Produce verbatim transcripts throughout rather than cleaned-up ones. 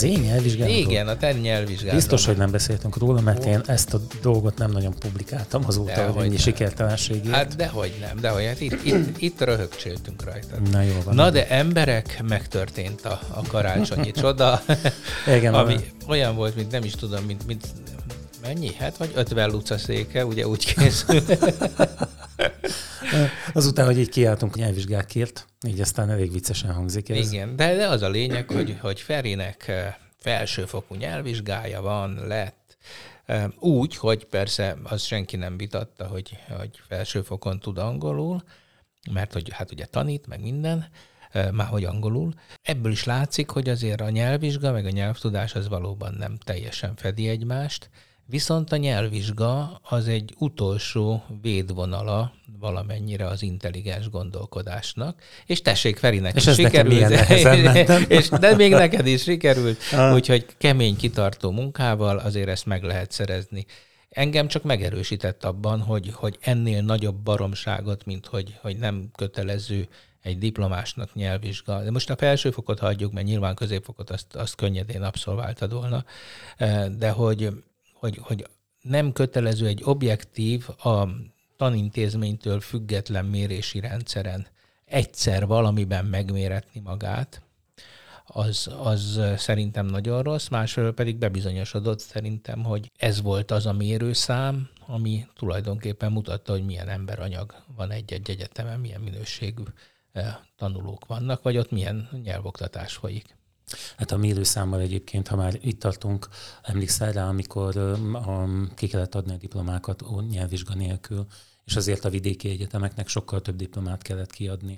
Az én nyelvvizsgálatom? Igen, a te nyelvvizsgálatom. Biztos, hogy nem beszéltünk róla, mert én ezt a dolgot nem nagyon publikáltam azóta, de hogy ennyi sikertelenségért. Hát dehogy nem, dehogy. Hát itt, itt, itt röhögcséltünk rajta. Na jó van. Na de emberek, megtörtént a, a karácsonyi csoda, igen, ami van. olyan volt, mint nem is tudom, mint, mint mennyi? Hát vagy ötven lucaszéke, ugye úgy készül. Azután, hogy így kiálltunk nyelvvizsgákért, így aztán elég viccesen hangzik ez. Igen, de, de az a lényeg, hogy, hogy Ferinek felsőfokú nyelvvizsgája van, lett. Úgy, hogy persze azt senki nem vitatta, hogy, hogy felsőfokon tud angolul, mert hogy hát ugye tanít, meg minden, már hogy angolul. Ebből is látszik, hogy azért a nyelvvizsga, meg a nyelvtudás az valóban nem teljesen fedi egymást, viszont a nyelvvizsga az egy utolsó védvonala valamennyire az intelligens gondolkodásnak, és tessék, Ferinek és is sikerült. És de még neked is sikerült, ah. úgyhogy kemény, kitartó munkával azért ezt meg lehet szerezni. Engem csak megerősített abban, hogy, hogy ennél nagyobb baromságot, mint hogy, hogy nem kötelező egy diplomásnak nyelvvizsga. De most a felsőfokot hagyjuk, mert nyilván középfokot azt, azt könnyedén abszolváltad volna, de hogy Hogy, hogy nem kötelező egy objektív, a tanintézménytől független mérési rendszeren egyszer valamiben megméretni magát, az, az szerintem nagyon rossz, másfelől pedig bebizonyosodott szerintem, hogy ez volt az a mérőszám, ami tulajdonképpen mutatta, hogy milyen emberanyag van egy-egy egyetemen, milyen minőségű tanulók vannak, vagy ott milyen nyelvoktatás folyik. Hát a mérőszámmal egyébként, ha már itt tartunk, emlékszel rá, amikor um, ki kellett adni a diplomákat nyelvvizsga nélkül, és azért a vidéki egyetemeknek sokkal több diplomát kellett kiadni.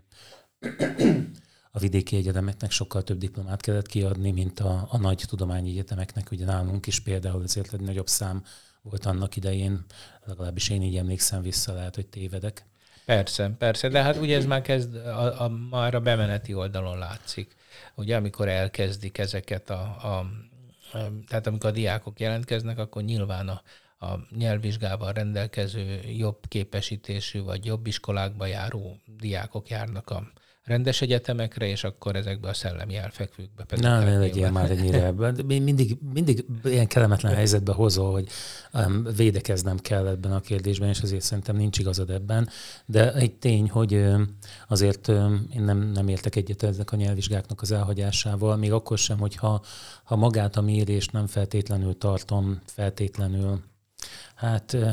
A vidéki egyetemeknek sokkal több diplomát kellett kiadni, mint a, a nagy tudományi egyetemeknek. Ugye nálunk is például azért egy nagyobb szám volt annak idején, legalábbis én így emlékszem vissza, lehet, hogy tévedek. Persze, persze, de hát ugye ez már kezd, a, a, már a bemeneti oldalon látszik. Ugye amikor elkezdik ezeket a, a, a... Tehát amikor a diákok jelentkeznek, akkor nyilván a, a nyelvvizsgával rendelkező, jobb képesítésű vagy jobb iskolákba járó diákok járnak a rendes egyetemekre, és akkor ezekbe a szellemi elfekvőkbe pedig... Na, ne legyél már ennyire. Mindig, mindig ilyen kellemetlen helyzetbe hozol, hogy um, védekeznem kell ebben a kérdésben, és azért szerintem nincs igazad ebben. De egy tény, hogy um, azért um, én nem, nem értek egyet ezek a nyelvvizsgáknak az elhagyásával, még akkor sem, hogyha ha magát a mérést nem feltétlenül tartom, feltétlenül, hát... Uh,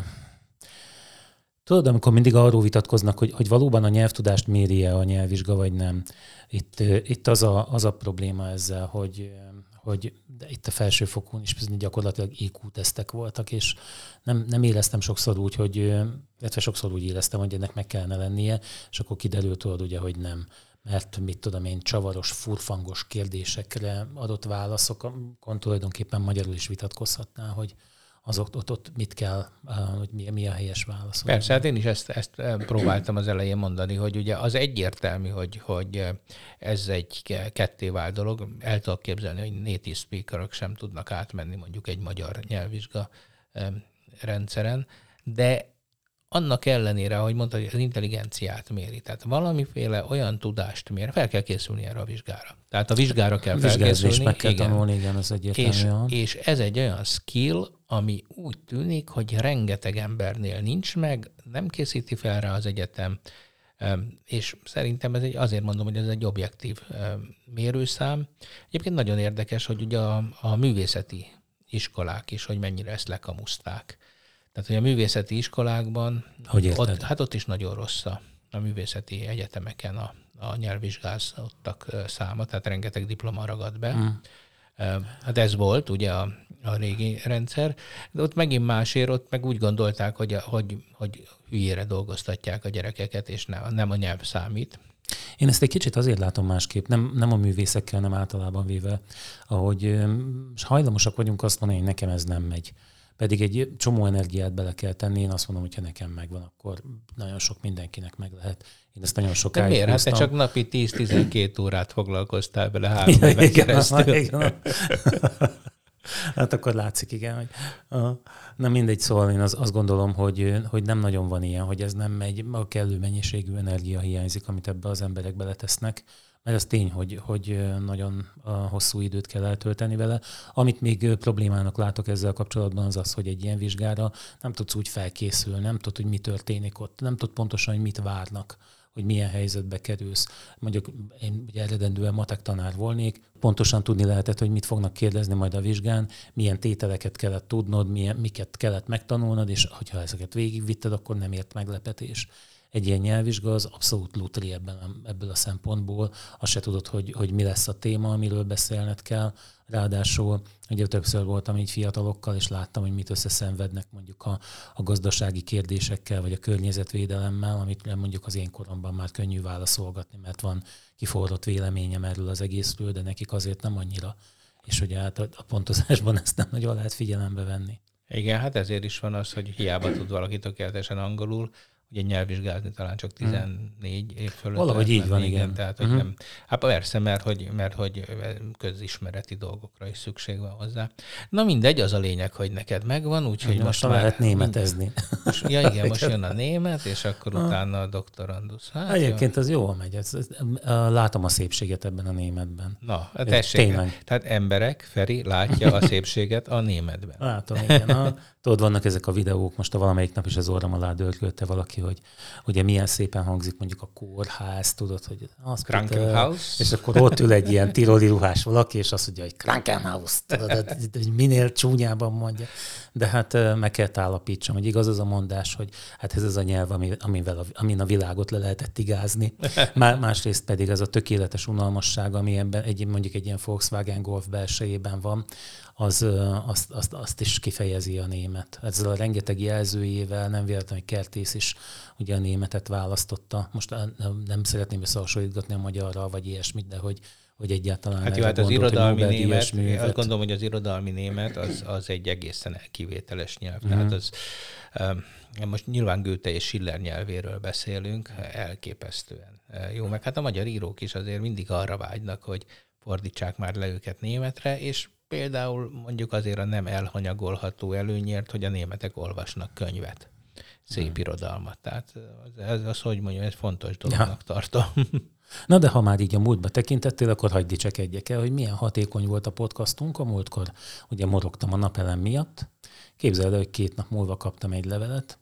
Tudod, amikor mindig arról vitatkoznak, hogy, hogy valóban a nyelvtudást méri-e a nyelvvizsga, vagy nem. Itt, itt az, a, az a probléma ezzel, hogy, hogy de itt a felsőfokon is gyakorlatilag é kú-tesztek voltak, és nem, nem éreztem sokszor úgy, hogy, illetve sokszor úgy éreztem, hogy ennek meg kellene lennie, és akkor kiderült tudod ugye, hogy nem. Mert mit tudom én, csavaros, furfangos kérdésekre adott válaszokon tulajdonképpen magyarul is vitatkozhatná, hogy az ott, ott, ott mit kell, hogy mi, mi a helyes válasz. Persze, hát én is ezt, ezt próbáltam az elején mondani, hogy ugye az egyértelmű, hogy, hogy ez egy kettévált dolog. El tudok képzelni, hogy native speakerök sem tudnak átmenni mondjuk egy magyar nyelvvizsga rendszeren, de annak ellenére, ahogy mondta, hogy az intelligenciát méri. Tehát valamiféle olyan tudást mér, fel kell készülni erre a vizsgára. Tehát a vizsgára kell felkészülni. Meg kell igen. tanulni, igen, az egyértelműen. És, és ez egy olyan skill, ami úgy tűnik, hogy rengeteg embernél nincs meg, nem készíti fel rá az egyetem, és szerintem ez egy, azért mondom, hogy ez egy objektív mérőszám. Egyébként nagyon érdekes, hogy ugye a, a művészeti iskolák is, hogy mennyire ezt lekamuszták. Tehát, hogy a művészeti iskolákban, ott, hát ott is nagyon rossz a, a művészeti egyetemeken a, a nyelvvizsgázottak száma, tehát rengeteg diploma ragad be. Mm. Hát ez volt ugye a, a régi rendszer, de ott megint másért, ott meg úgy gondolták, hogy, hogy, hogy hülyére dolgoztatják a gyerekeket, és ne, nem a nyelv számít. Én ezt egy kicsit azért látom másképp, nem, nem a művészekkel, nem általában véve, ahogy hajlamosak vagyunk azt mondani, hogy nekem ez nem megy. Pedig egy csomó energiát bele kell tenni, én azt mondom, hogy ha nekem megvan, akkor nagyon sok mindenkinek meg lehet. Én ezt nagyon sokáig de miért? Hát te csak napi tíz-tizenkét órát foglalkoztál bele három ja, éven keresztül. Igen. Hát akkor látszik, igen. Hogy, uh, nem mindegy, szóval én az, azt gondolom, hogy, hogy nem nagyon van ilyen, hogy ez nem megy, a kellő mennyiségű energia hiányzik, amit ebbe az emberek beletesznek. mert ez tény, hogy, hogy nagyon hosszú időt kell eltölteni vele. Amit még problémának látok ezzel kapcsolatban, az az, hogy egy ilyen vizsgára nem tudsz úgy felkészülni, nem tudod, hogy mi történik ott, nem tudod pontosan, hogy mit várnak, hogy milyen helyzetbe kerülsz. Mondjuk én ugye eredendően matek tanár volnék, pontosan tudni lehetett, hogy mit fognak kérdezni majd a vizsgán, milyen tételeket kellett tudnod, milyen, miket kellett megtanulnod, és hogyha ezeket végigvitted, akkor nem ért meglepetés. Egy ilyen nyelvvizsga az abszolút lutri ebben, ebből a szempontból. Azt se tudod, hogy, hogy mi lesz a téma, amiről beszélned kell. Ráadásul ugye többször voltam így fiatalokkal, és láttam, hogy mit összeszenvednek mondjuk a, a gazdasági kérdésekkel, vagy a környezetvédelemmel, amit mondjuk az én koromban már könnyű válaszolgatni, mert van kiforrott véleményem erről az egészről, de nekik azért nem annyira. És ugye hát a pontozásban ezt nem nagyon lehet figyelembe venni. Igen, hát ezért is van az, hogy hiába tud valaki tökéletesen angolul, ugye nyelvvizsgázni talán csak tizennégy év fölött. Valahogy így van, igen. igen. Tehát, hogy uh-huh. nem, hát persze, mert hogy, mert hogy közismereti dolgokra is szükség van hozzá. Na mindegy, az a lényeg, hogy neked megvan, úgyhogy most, most már... lehet németezni. Most, ja igen, most jön a német, és akkor utána a doktorandusz. Hát, egyébként jó. Az jól megy. Ez, ez, látom a szépséget ebben a németben. Na, hát tessék. Tehát emberek, Feri látja a szépséget a németben. Látom, igen. A, tudod, vannak ezek a videók, most a valamelyik nap is az orrom alá dörgölte valaki, hogy ugye milyen szépen hangzik mondjuk a kórház, tudod, hogy az Krankenhaus. És akkor ott ül egy ilyen tiroli ruhás valaki, és azt mondja, hogy Krankenhaus, tudod, hogy minél csúnyában mondja. De hát meg kell állapítsam, hogy igaz az a mondás, hogy hát ez az a nyelv, amivel a, amin a világot le lehetett igázni. Másrészt pedig az a tökéletes unalmasság, ami ebben egy, mondjuk egy ilyen Volkswagen Golf belsejében van, az, azt, azt, azt is kifejezi a német. Ezzel a rengeteg jelzőjével, nem véletlenül, hogy Kertész is ugye a németet választotta. Most nem szeretném összehasonlítgatni a magyarral, vagy ilyesmit, de hogy, hogy egyáltalán... Hát jó, hát az irodalmi német, művet. Azt gondolom, hogy az irodalmi német az, az egy egészen kivételes nyelv. Mm-hmm. Tehát az, um, most nyilván Goethe és Schiller nyelvéről beszélünk, elképesztően jó. Meg hát a magyar írók is azért mindig arra vágynak, hogy fordítsák már le őket németre, és például mondjuk azért a nem elhanyagolható előnyért, hogy a németek olvasnak könyvet, szép hmm. irodalmat. Tehát ez az, hogy mondjam, ez fontos dolognak ja. tartom. Na de ha már így a múltba tekintettél, akkor hagyd dicsekedjek el, hogy milyen hatékony volt a podcastunk a múltkor. Ugye morogtam a napelem miatt. Képzeld el, hogy két nap múlva kaptam egy levelet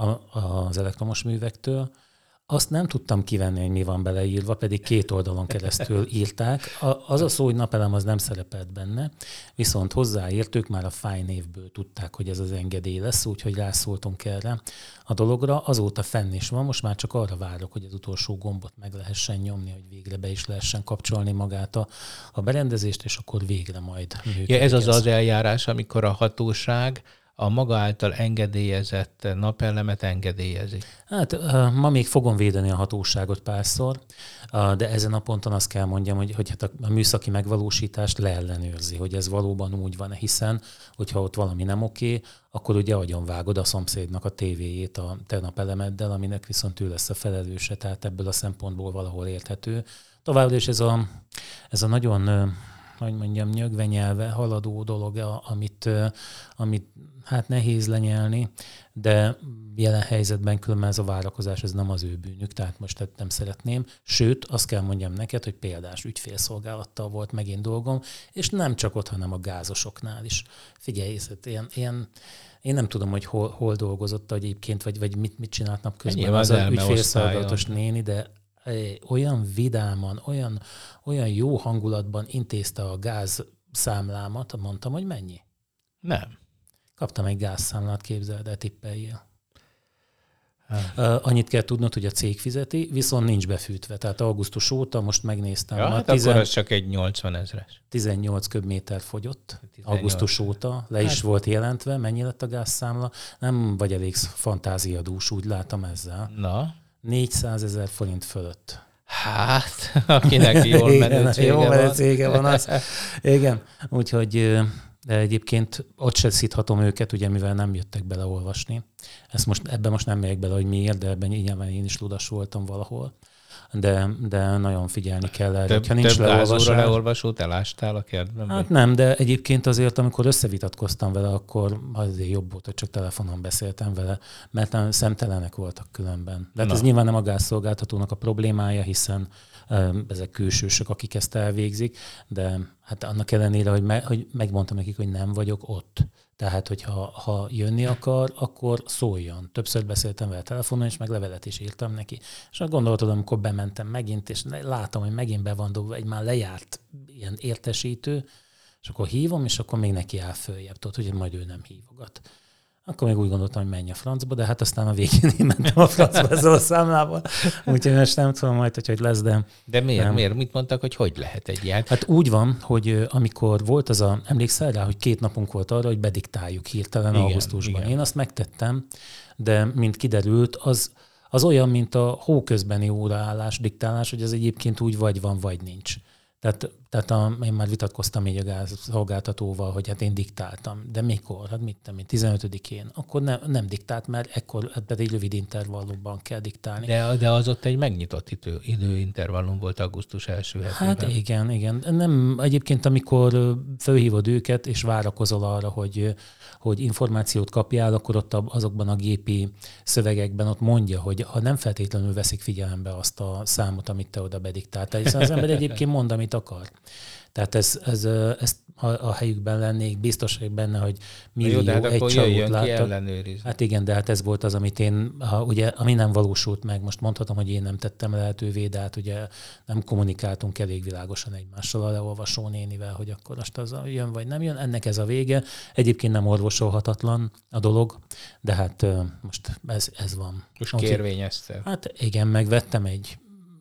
az elektromos művektől. Azt nem tudtam kivenni, hogy mi van beleírva, pedig két oldalon keresztül írták. Az a szó, hogy napelem, az nem szerepelt benne, viszont hozzáértők már a fájnévből tudták, hogy ez az engedély lesz, úgyhogy rászóltunk erre a dologra. Azóta fenn is van, most már csak arra várok, hogy az utolsó gombot meg lehessen nyomni, hogy végre be is lehessen kapcsolni magát a, a berendezést, és akkor végre majd működik. Ja, ez az az eljárás, amikor a hatóság a maga által engedélyezett napelemet engedélyezi. Hát ma még fogom védeni a hatóságot párszor, de ezen a ponton azt kell mondjam, hogy, hogy hát a műszaki megvalósítást leellenőrzi, hogy ez valóban úgy van, hiszen hogyha ott valami nem oké, akkor ugye agyonvágod a szomszédnak a tévéjét a te napelemeddel, aminek viszont ő lesz a felelőse, tehát ebből a szempontból valahol érthető. Továbbra is ez a, ez a nagyon, hogy mondjam, nyögvenyelve haladó dolog, amit, amit hát nehéz lenyelni, de jelen helyzetben különben ez a várakozás, ez nem az ő bűnük, tehát most nem szeretném. Sőt, azt kell mondjam neked, hogy példás ügyfélszolgálattal volt megint dolgom, és nem csak ott, hanem a gázosoknál is. Figyelj, ilyen, ilyen én nem tudom, hogy hol, hol dolgozott egyébként, vagy, vagy mit, mit csinált napközben az, az ügyfélszolgálatos néni, de olyan vidáman, olyan, olyan jó hangulatban intézte a gázszámlámat, mondtam, hogy mennyi? Nem. Kaptam egy gázszámlát, képzeld el, tippeljél. Uh, annyit kell tudnod, hogy a cég fizeti, viszont nincs befűtve. Tehát augusztus óta, most megnéztem. Ja, hát tizen... akkor az csak egy nyolcvan ezres. tizennyolc köbméter fogyott tizennyolc. Augusztus óta, le is hát... volt jelentve, mennyi lett a gázszámla. Nem vagy elég fantáziadús, úgy látom ezzel. Na? négyszázezer forint fölött. Hát, akinek jól menő cége jól van. menő cége van az. Igen, úgyhogy de egyébként ott se szíthatom őket, ugye, mivel nem jöttek bele olvasni. Ezt most, ebben most nem megyek bele, hogy miért, de ebben nyilván én is ludas voltam valahol. de, de nagyon figyelni kell erre. Több, ha nincs több gázóra leolvasás, leolvasót elástál a kertben? Hát nem, de egyébként azért, amikor összevitatkoztam vele, akkor azért jobb volt, hogy csak telefonon beszéltem vele, mert nem szemtelenek voltak különben. De hát ez nyilván nem a gázszolgáltatónak a problémája, hiszen um, ezek külsősök, akik ezt elvégzik, de hát annak ellenére, hogy, me, hogy megmondtam nekik, hogy nem vagyok ott. Tehát, hogyha ha jönni akar, akkor szóljon. Többször beszéltem vele telefonon, és meg levelet is írtam neki. És azt gondoltad, amikor bementem megint, és látom, hogy megint be van dobva egy már lejárt ilyen értesítő, és akkor hívom, és akkor még neki áll följebb. Tudod, hogy majd ő nem hívogat. Akkor még úgy gondoltam, hogy menj a francba, de hát aztán a végén én mentem a francba ezzel a számlával. Úgyhogy most nem tudom majd, hogy hogy lesz, de... De miért? Nem. Miért? Mit mondtak, hogy hogy lehet egy ilyen? Hát úgy van, hogy amikor volt az a... Emlékszel rá, hogy két napunk volt arra, hogy bediktáljuk hirtelen igen, augusztusban. Igen. Én azt megtettem, de mint kiderült, az, az olyan, mint a hóközbeni óraállás, diktálás, hogy az egyébként úgy vagy van, vagy nincs. Tehát, tehát a, én már vitatkoztam így a gázszolgáltatóval, hogy hát én diktáltam. De mikor? Hát mit tudom én, tizenötödikén. Akkor ne, nem diktált, mert ekkor hát egy rövid intervallumban kell diktálni. De, de az ott egy megnyitott idő, időintervallum volt augusztus első hetében. Hát igen, igen. Nem, egyébként amikor felhívod őket, és várakozol arra, hogy, hogy információt kapjál, akkor ott azokban a gépi szövegekben ott mondja, hogy ha nem feltétlenül veszik figyelembe azt a számot, amit te oda bediktáltál, hiszen az ember egyébként mond, amit akar. Tehát ez, ez, ez, ha a helyükben lennék, biztos vagyok benne, hogy millió jó, egy csalót láttak. Ellenőrizni. Hát igen, de hát ez volt az, amit én, ha ugye, ami nem valósult meg, most mondhatom, hogy én nem tettem lehetővé, de hát ugye nem kommunikáltunk elég világosan egymással a leolvasó nénivel, hogy akkor most az jön vagy nem jön. Ennek ez a vége. Egyébként nem orvosolhatatlan a dolog, de hát most ez, ez van. Most kérvényezted. Hát igen, megvettem egy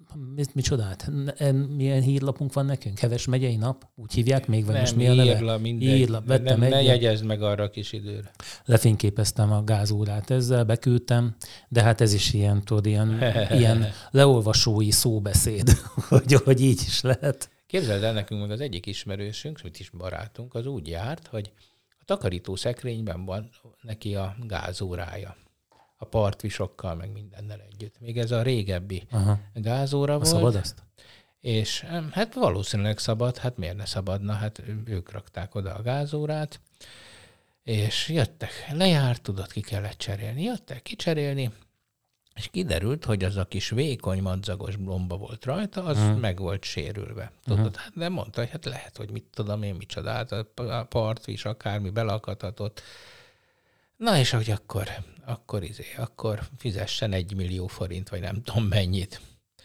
Micsodát? Milyen hírlapunk van nekünk? Heves megyei nap? Úgy hívják még? Vagy nem, most mi a neve? Írla, mindegy. Írla. Vettem nem, ne jegyezd meg arra a kis időre. Lefényképeztem a gázórát ezzel, beküldtem, de hát ez is ilyen, tudod, ilyen, ilyen leolvasói szóbeszéd, hogy, hogy így is lehet. Képzeld el, nekünk meg az egyik ismerősünk, mit is barátunk, az úgy járt, hogy a takarító szekrényben van neki a gázórája. A partvisokkal, meg mindennel együtt. Még ez a régebbi Aha. gázóra a volt. Szabad azt? És hát valószínűleg szabad, hát miért ne szabadna, hát ők rakták oda a gázórát, és jöttek, lejárt, tudod, ki kellett cserélni, jöttek kicserélni, és kiderült, hogy az a kis vékony, madzagos blomba volt rajta, az uh-huh. meg volt sérülve. Tudod, uh-huh. hát de mondta, hogy hát lehet, hogy mit tudom én, micsodát, a partvis, akármi belakadhatott. Na és hogy akkor, akkor izé, akkor fizessen egy millió forint, vagy nem tudom mennyit.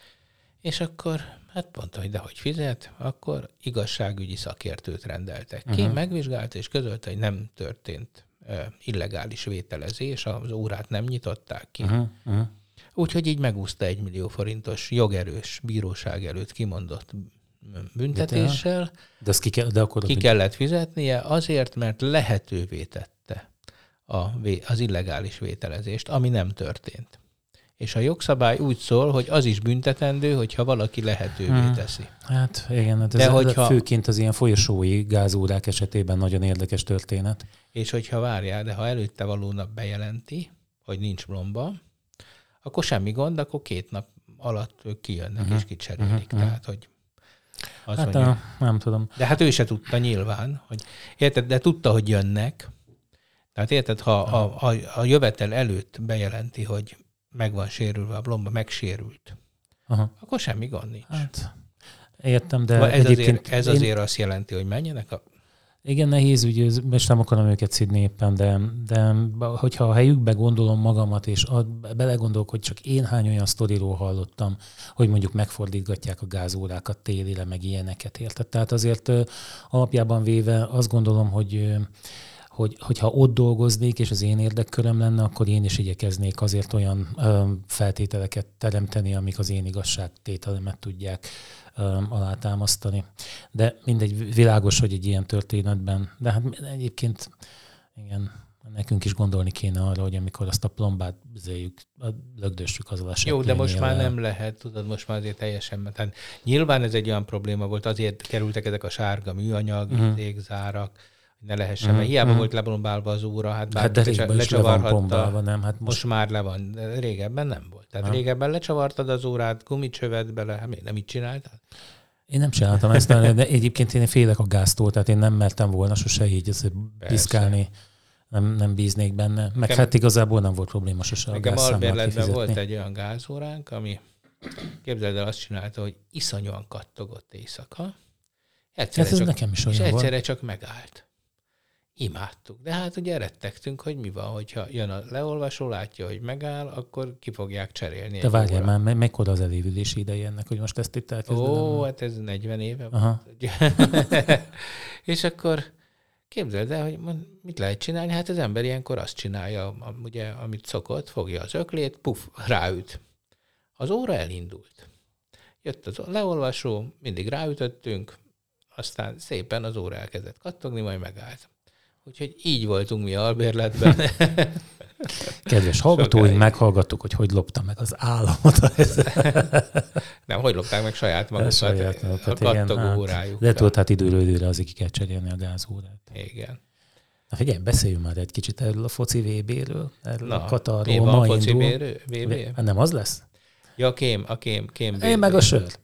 És akkor, hát mondta, hogy dehogy fizet, akkor igazságügyi szakértőt rendeltek ki, uh-huh. megvizsgálta, és közölte, hogy nem történt uh, illegális vételezés, az órát nem nyitották ki. Uh-huh. Uh-huh. Úgyhogy így megúszta egy millió forintos jogerős bíróság előtt kimondott büntetéssel. De, azt ki, ke- de akkor ki kellett fizetnie azért, mert lehetővé tette A, az illegális vételezést, ami nem történt. És a jogszabály úgy szól, hogy az is büntetendő, hogyha valaki lehetővé hmm. teszi. Hát igen, hát ez de hogyha, főként az ilyen folyosói gázórák esetében nagyon érdekes történet. És hogyha várjál, de ha előtte való nap bejelenti, hogy nincs blomba, akkor semmi gond, akkor két nap alatt ők kijönnek uh-huh. és kicserélik. Uh-huh. Tehát, hogy az hát mondja, a, nem tudom. De hát ő se tudta nyilván, hogy érted, de tudta, hogy jönnek. Tehát érted, ha a, a, a jövetel előtt bejelenti, hogy meg van sérülve a blomba, megsérült, Aha. akkor semmi gond nincs. Hát, értem, de ez egyébként... Azért, ez azért én... azt jelenti, hogy menjenek a... Igen, nehéz ügy, most nem akarom őket szidni éppen, de, de hogyha a helyükbe gondolom magamat, és ad, belegondolok, hogy csak én hány olyan sztoriról hallottam, hogy mondjuk megfordítgatják a gázórákat télire, meg ilyeneket, érted? Tehát azért alapjában véve azt gondolom, hogy hogy hogyha ott dolgoznék, és az én érdekköröm lenne, akkor én is igyekeznék azért olyan ö, feltételeket teremteni, amik az én igazságtételemet tudják ö, alátámasztani. De mindegy, világos, hogy egy ilyen történetben, de hát egyébként igen, nekünk is gondolni kéne arra, hogy amikor azt a plombát zéljük, lögdössük azzal a Jó, de most már nem lehet, tudod, most már azért teljesen, tehát nyilván ez egy olyan probléma volt, azért kerültek ezek a sárga műanyag, uh-huh. égzárak, ne lehessen, mm, mert hiába mm. volt lebombálva az óra, hát bár hát de lecsavarhatta. Nem, hát most... most már le van, de régebben nem volt. Tehát ha. régebben lecsavartad az órát, gumicsövet bele, hát nem így csináltad? Én nem csináltam ezt, de egyébként én félek a gáztól, tehát én nem mertem volna sose így piszkálni, nem, nem bíznék benne. Meg nekem, hát igazából nem volt probléma sose a gázszámlát kifizetni. Albérletben volt egy olyan gázóránk, ami képzeld el azt csinálta, hogy iszonyúan kattogott éjszaka. Egyszerre ez csak, nekem is olyan és egyszerre volt. csak megállt. Imádtuk. De hát ugye rettegtünk, hogy mi van, hogyha jön a leolvasó, látja, hogy megáll, akkor ki fogják cserélni. De várjál már, me- mekkora az elévülési ideje ennek, hogy most ezt itt elkezdenem? Ó, hát ez negyven éve volt. És akkor képzeld el, hogy mit lehet csinálni? Hát az ember ilyenkor azt csinálja, ugye, amit szokott, fogja az öklét, puf, ráüt. Az óra elindult. Jött az leolvasó, mindig ráütöttünk, aztán szépen az óra elkezdett kattogni, majd megállt. Úgyhogy így voltunk mi albérletben. Kedves hallgatóink, meghallgattuk, hogy hogy lopta meg az államot. Nem, hogy lopták meg saját magukat, saját magukat a kattogó igen, órájuk. De tudod, hát időről időre azért ki kell cserélni a gázórát. Igen. Na figyelj, beszéljünk már egy kicsit erről a foci vé béről, erről Na, a Katarról. Mi van a foci vé bé? Hát nem az lesz? Ja, a kém, a kém, kém Én meg a sör.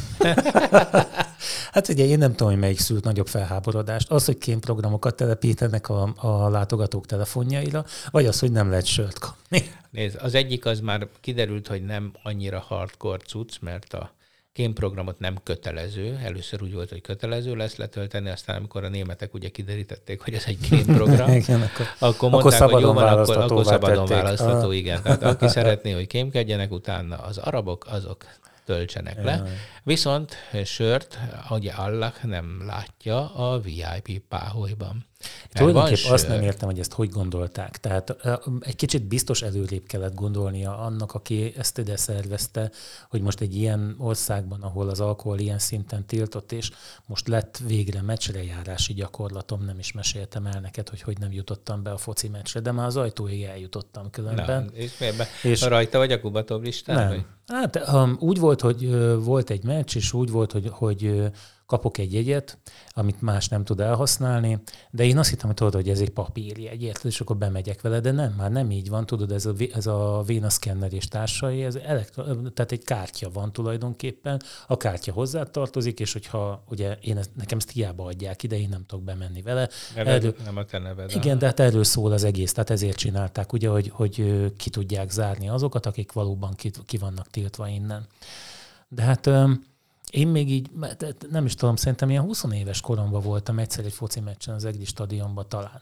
Hát ugye én nem tudom, hogy melyik szült nagyobb felháborodást. Az, hogy kémprogramokat telepítenek a, a látogatók telefonjaira, vagy az, hogy nem lehet sört kapni. Nézd, az egyik az már kiderült, hogy nem annyira hardcore cucc, mert a kémprogramot nem kötelező. Először úgy volt, hogy kötelező lesz letölteni, aztán amikor a németek ugye kiderítették, hogy ez egy kémprogram, igen, akkor, akkor mondták, akkor hogy jó van, akkor, akkor szabadon tették. választható, ah. igen. Tehát aki szeretné, hogy kémkedjenek utána, az arabok, azok töltsenek le. Jaj. Viszont sört, ugye Allah nem látja a vé i pé páholyban. Tulajdonképpen azt nem értem, hogy ezt hogy gondolták. Tehát egy kicsit biztos előrébb kellett gondolnia annak, aki ezt ide szervezte, hogy most egy ilyen országban, ahol az alkohol ilyen szinten tiltott, és most lett végre meccsrejárási gyakorlatom, nem is meséltem el neked, hogy hogy nem jutottam be a foci meccsre, de már az ajtóig eljutottam különben. Na, és, és rajta vagy a Kubatov listán? Nem. Vagy? Hát um, úgy volt, hogy uh, volt egy meccs, és úgy volt, hogy, hogy uh, kapok egy jegyet, amit más nem tud elhasználni, de én azt hittem, hogy tudod, hogy ez egy papírjegy, érted, és akkor bemegyek vele, de nem, már nem így van, tudod, ez a, ez a vénaszkenner és társai, ez elektro- tehát egy kártya van tulajdonképpen, a kártya hozzátartozik, és hogyha ugye én ezt, nekem ezt hiába adják ide, én nem tudok bemenni vele. Erről, nem a te neved. Igen, de hát erről szól az egész, tehát ezért csinálták, ugye, hogy, hogy ki tudják zárni azokat, akik valóban ki, ki vannak tiltva innen. De hát én még így, nem is tudom, szerintem ilyen húsz éves koromban voltam egyszer egy foci meccsen az Egri stadionban talán.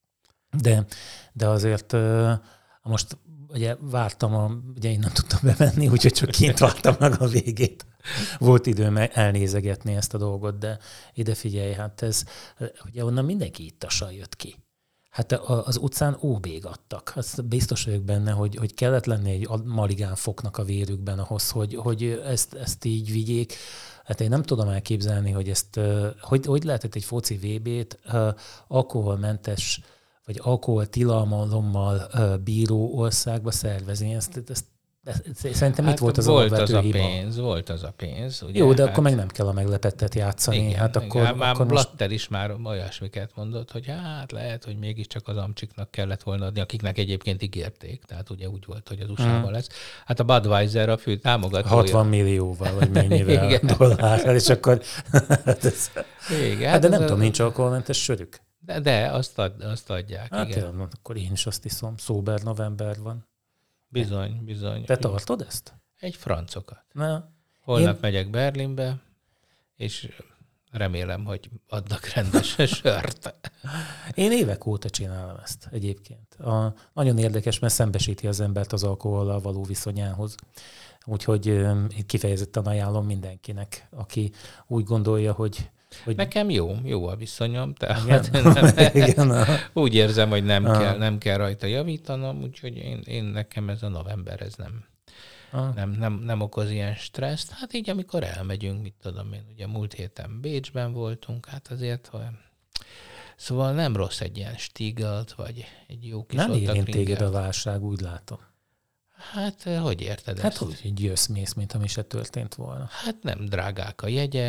De, de azért most ugye vártam, a, ugye én nem tudtam bemenni, úgyhogy csak kint vártam meg a végét. Volt időm elnézegetni ezt a dolgot, de ide figyelj, hát ez, ugye onnan mindenki ittasan jött ki. Hát az utcán ó bégattak. Azt biztos vagyok benne, hogy, hogy kellett lenni egy maligán foknak a vérükben ahhoz, hogy, hogy ezt, ezt így vigyék. Hát én nem tudom elképzelni, hogy ezt, hogy, hogy lehetett egy foci vé bét alkoholmentes, vagy alkoholtilalmalommal bíró országba szervezni. Ezt, ezt Szerintem hát itt volt az volt alapvető az hiba. A pénz, volt az a pénz. Ugye? Jó, de hát, akkor meg hát, nem kell a meglepettet játszani. Igen, hát akkor, igen. Már akkor Blatter most... is már olyasmiket mondott, hogy hát lehet, hogy mégiscsak az amcsiknak kellett volna adni, akiknek egyébként ígérték. Tehát ugye úgy volt, hogy az u es á-ban hmm. lesz. Hát a Budweiser a fő támogatója. hatvan millióval, vagy mennyivel dollárral, és akkor... ez... igen, hát de nem a... tudom, nincs alkoholmentes sörük. De, de azt, ad, azt adják, hát igen. Jön, akkor én is azt iszom. Szóber november van. Bizony, bizony. Te tartod ezt? Egy francokat. Na, Holnap én... megyek Berlinbe, és remélem, hogy adnak rendes sört. Én évek óta csinálom ezt egyébként. A, nagyon érdekes, mert szembesíti az embert az alkohollal való viszonyához. Úgyhogy én kifejezetten ajánlom mindenkinek, aki úgy gondolja, hogy Hogy... Nekem jó, jó a viszonyom, tehát nem, igen, úgy érzem, hogy nem kell, nem kell rajta javítanom, úgyhogy én, én nekem ez a november, ez nem, nem, nem, nem okoz ilyen stresszt. Hát így, amikor elmegyünk, mit tudom én, ugye múlt héten Bécsben voltunk, hát azért, hogy... Szóval nem rossz egy ilyen stígalt, vagy egy jó kis nem érint téged a válság, úgy látom. Hát, hogy érted hát, ezt? Hát, hogy jössz-mész, mint ami se történt volna. Hát nem drágák a jegyek,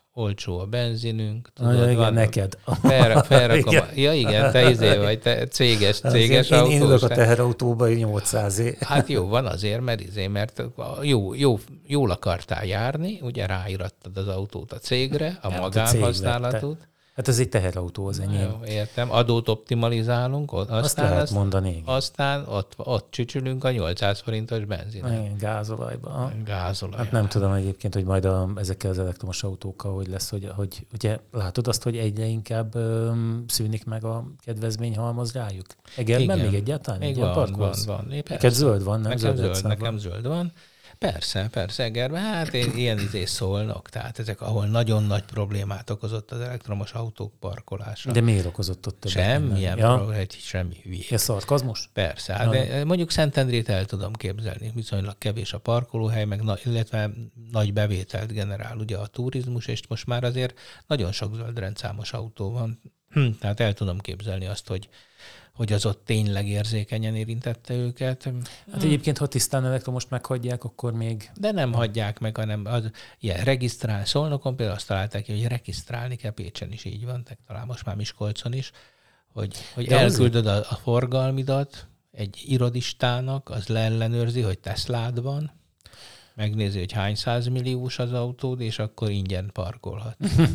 olcsó a benzinünk. Tudod, ja, igen, van, neked. Felra, felrakom. Igen. Ja igen, te izé vagy, te céges, céges autós. Én ülök a teherautóba, nyolcszázé. Hát jó, van azért, mert izé, mert jó, jó, jól akartál járni, ugye ráírattad az autót a cégre, a magánhasználatot. Hát ez egy teherautó az enyém. Jó, értem. Adót optimalizálunk, aztán, azt lehet azt, mondani. Aztán ott, ott csücsülünk a nyolcszáz forintos benzinen. Igen, gázolajba. Gázolajba. Hát nem tudom egyébként, hogy majd a, ezekkel az elektromos autókkal hogy lesz, hogy, hogy ugye látod azt, hogy egyre inkább öm, szűnik meg a kedvezményhalmaz rájuk? Egerben még egyáltalán? Még van, van, van. Neked zöld van, nem? Nekem zöld, nekem zöld van. Persze, persze, Egerben, hát ilyen izé szólnak, tehát ezek, ahol nagyon nagy problémát okozott az elektromos autók parkolása. De miért okozott ott többet? Semmilyen ja. probléma, semmi hülye. Ez szarkazmus? Persze, hát ja. de mondjuk Szentendrét el tudom képzelni, viszonylag kevés a parkolóhely, meg na, illetve nagy bevételt generál ugye a turizmus, és most már azért nagyon sok zöldrendszámos autó van, tehát el tudom képzelni azt, hogy hogy az ott tényleg érzékenyen érintette őket. Hát egyébként, ha tisztán elektromost meghagyják, akkor még... De nem hagyják meg, hanem az, ilyen, regisztrál. Szolnokon például azt találták ki, hogy regisztrálni kell, Pécsen is így van, talán most már Miskolcon is, hogy, hogy elküldöd a, a forgalmidat egy irodistának, az leellenőrzi, hogy Teslád van, megnézi, hogy hány százmilliós az autód, és akkor ingyen parkolhat.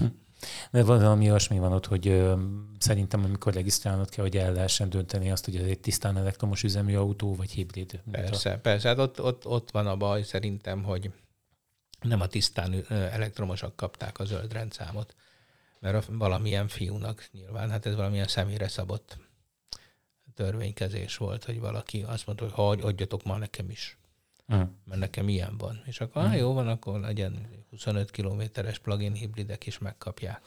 De valami olyasmi van ott, hogy ö, szerintem amikor regisztrálnod kell, hogy el lehessen dönteni azt, hogy ez egy tisztán elektromos üzemű autó, vagy hibrid. Persze, a... persze. Hát ott, ott, ott van a baj szerintem, hogy nem a tisztán elektromosak kapták a zöld rendszámot, mert valamilyen fiúnak nyilván, hát ez valamilyen személyre szabott törvénykezés volt, hogy valaki azt mondta, hogy adjatok már nekem is. Mm. Mert nekem ilyen van. És akkor mm. ah, jó van, akkor legyen huszonöt kilométeres plug-in hibridek is megkapják.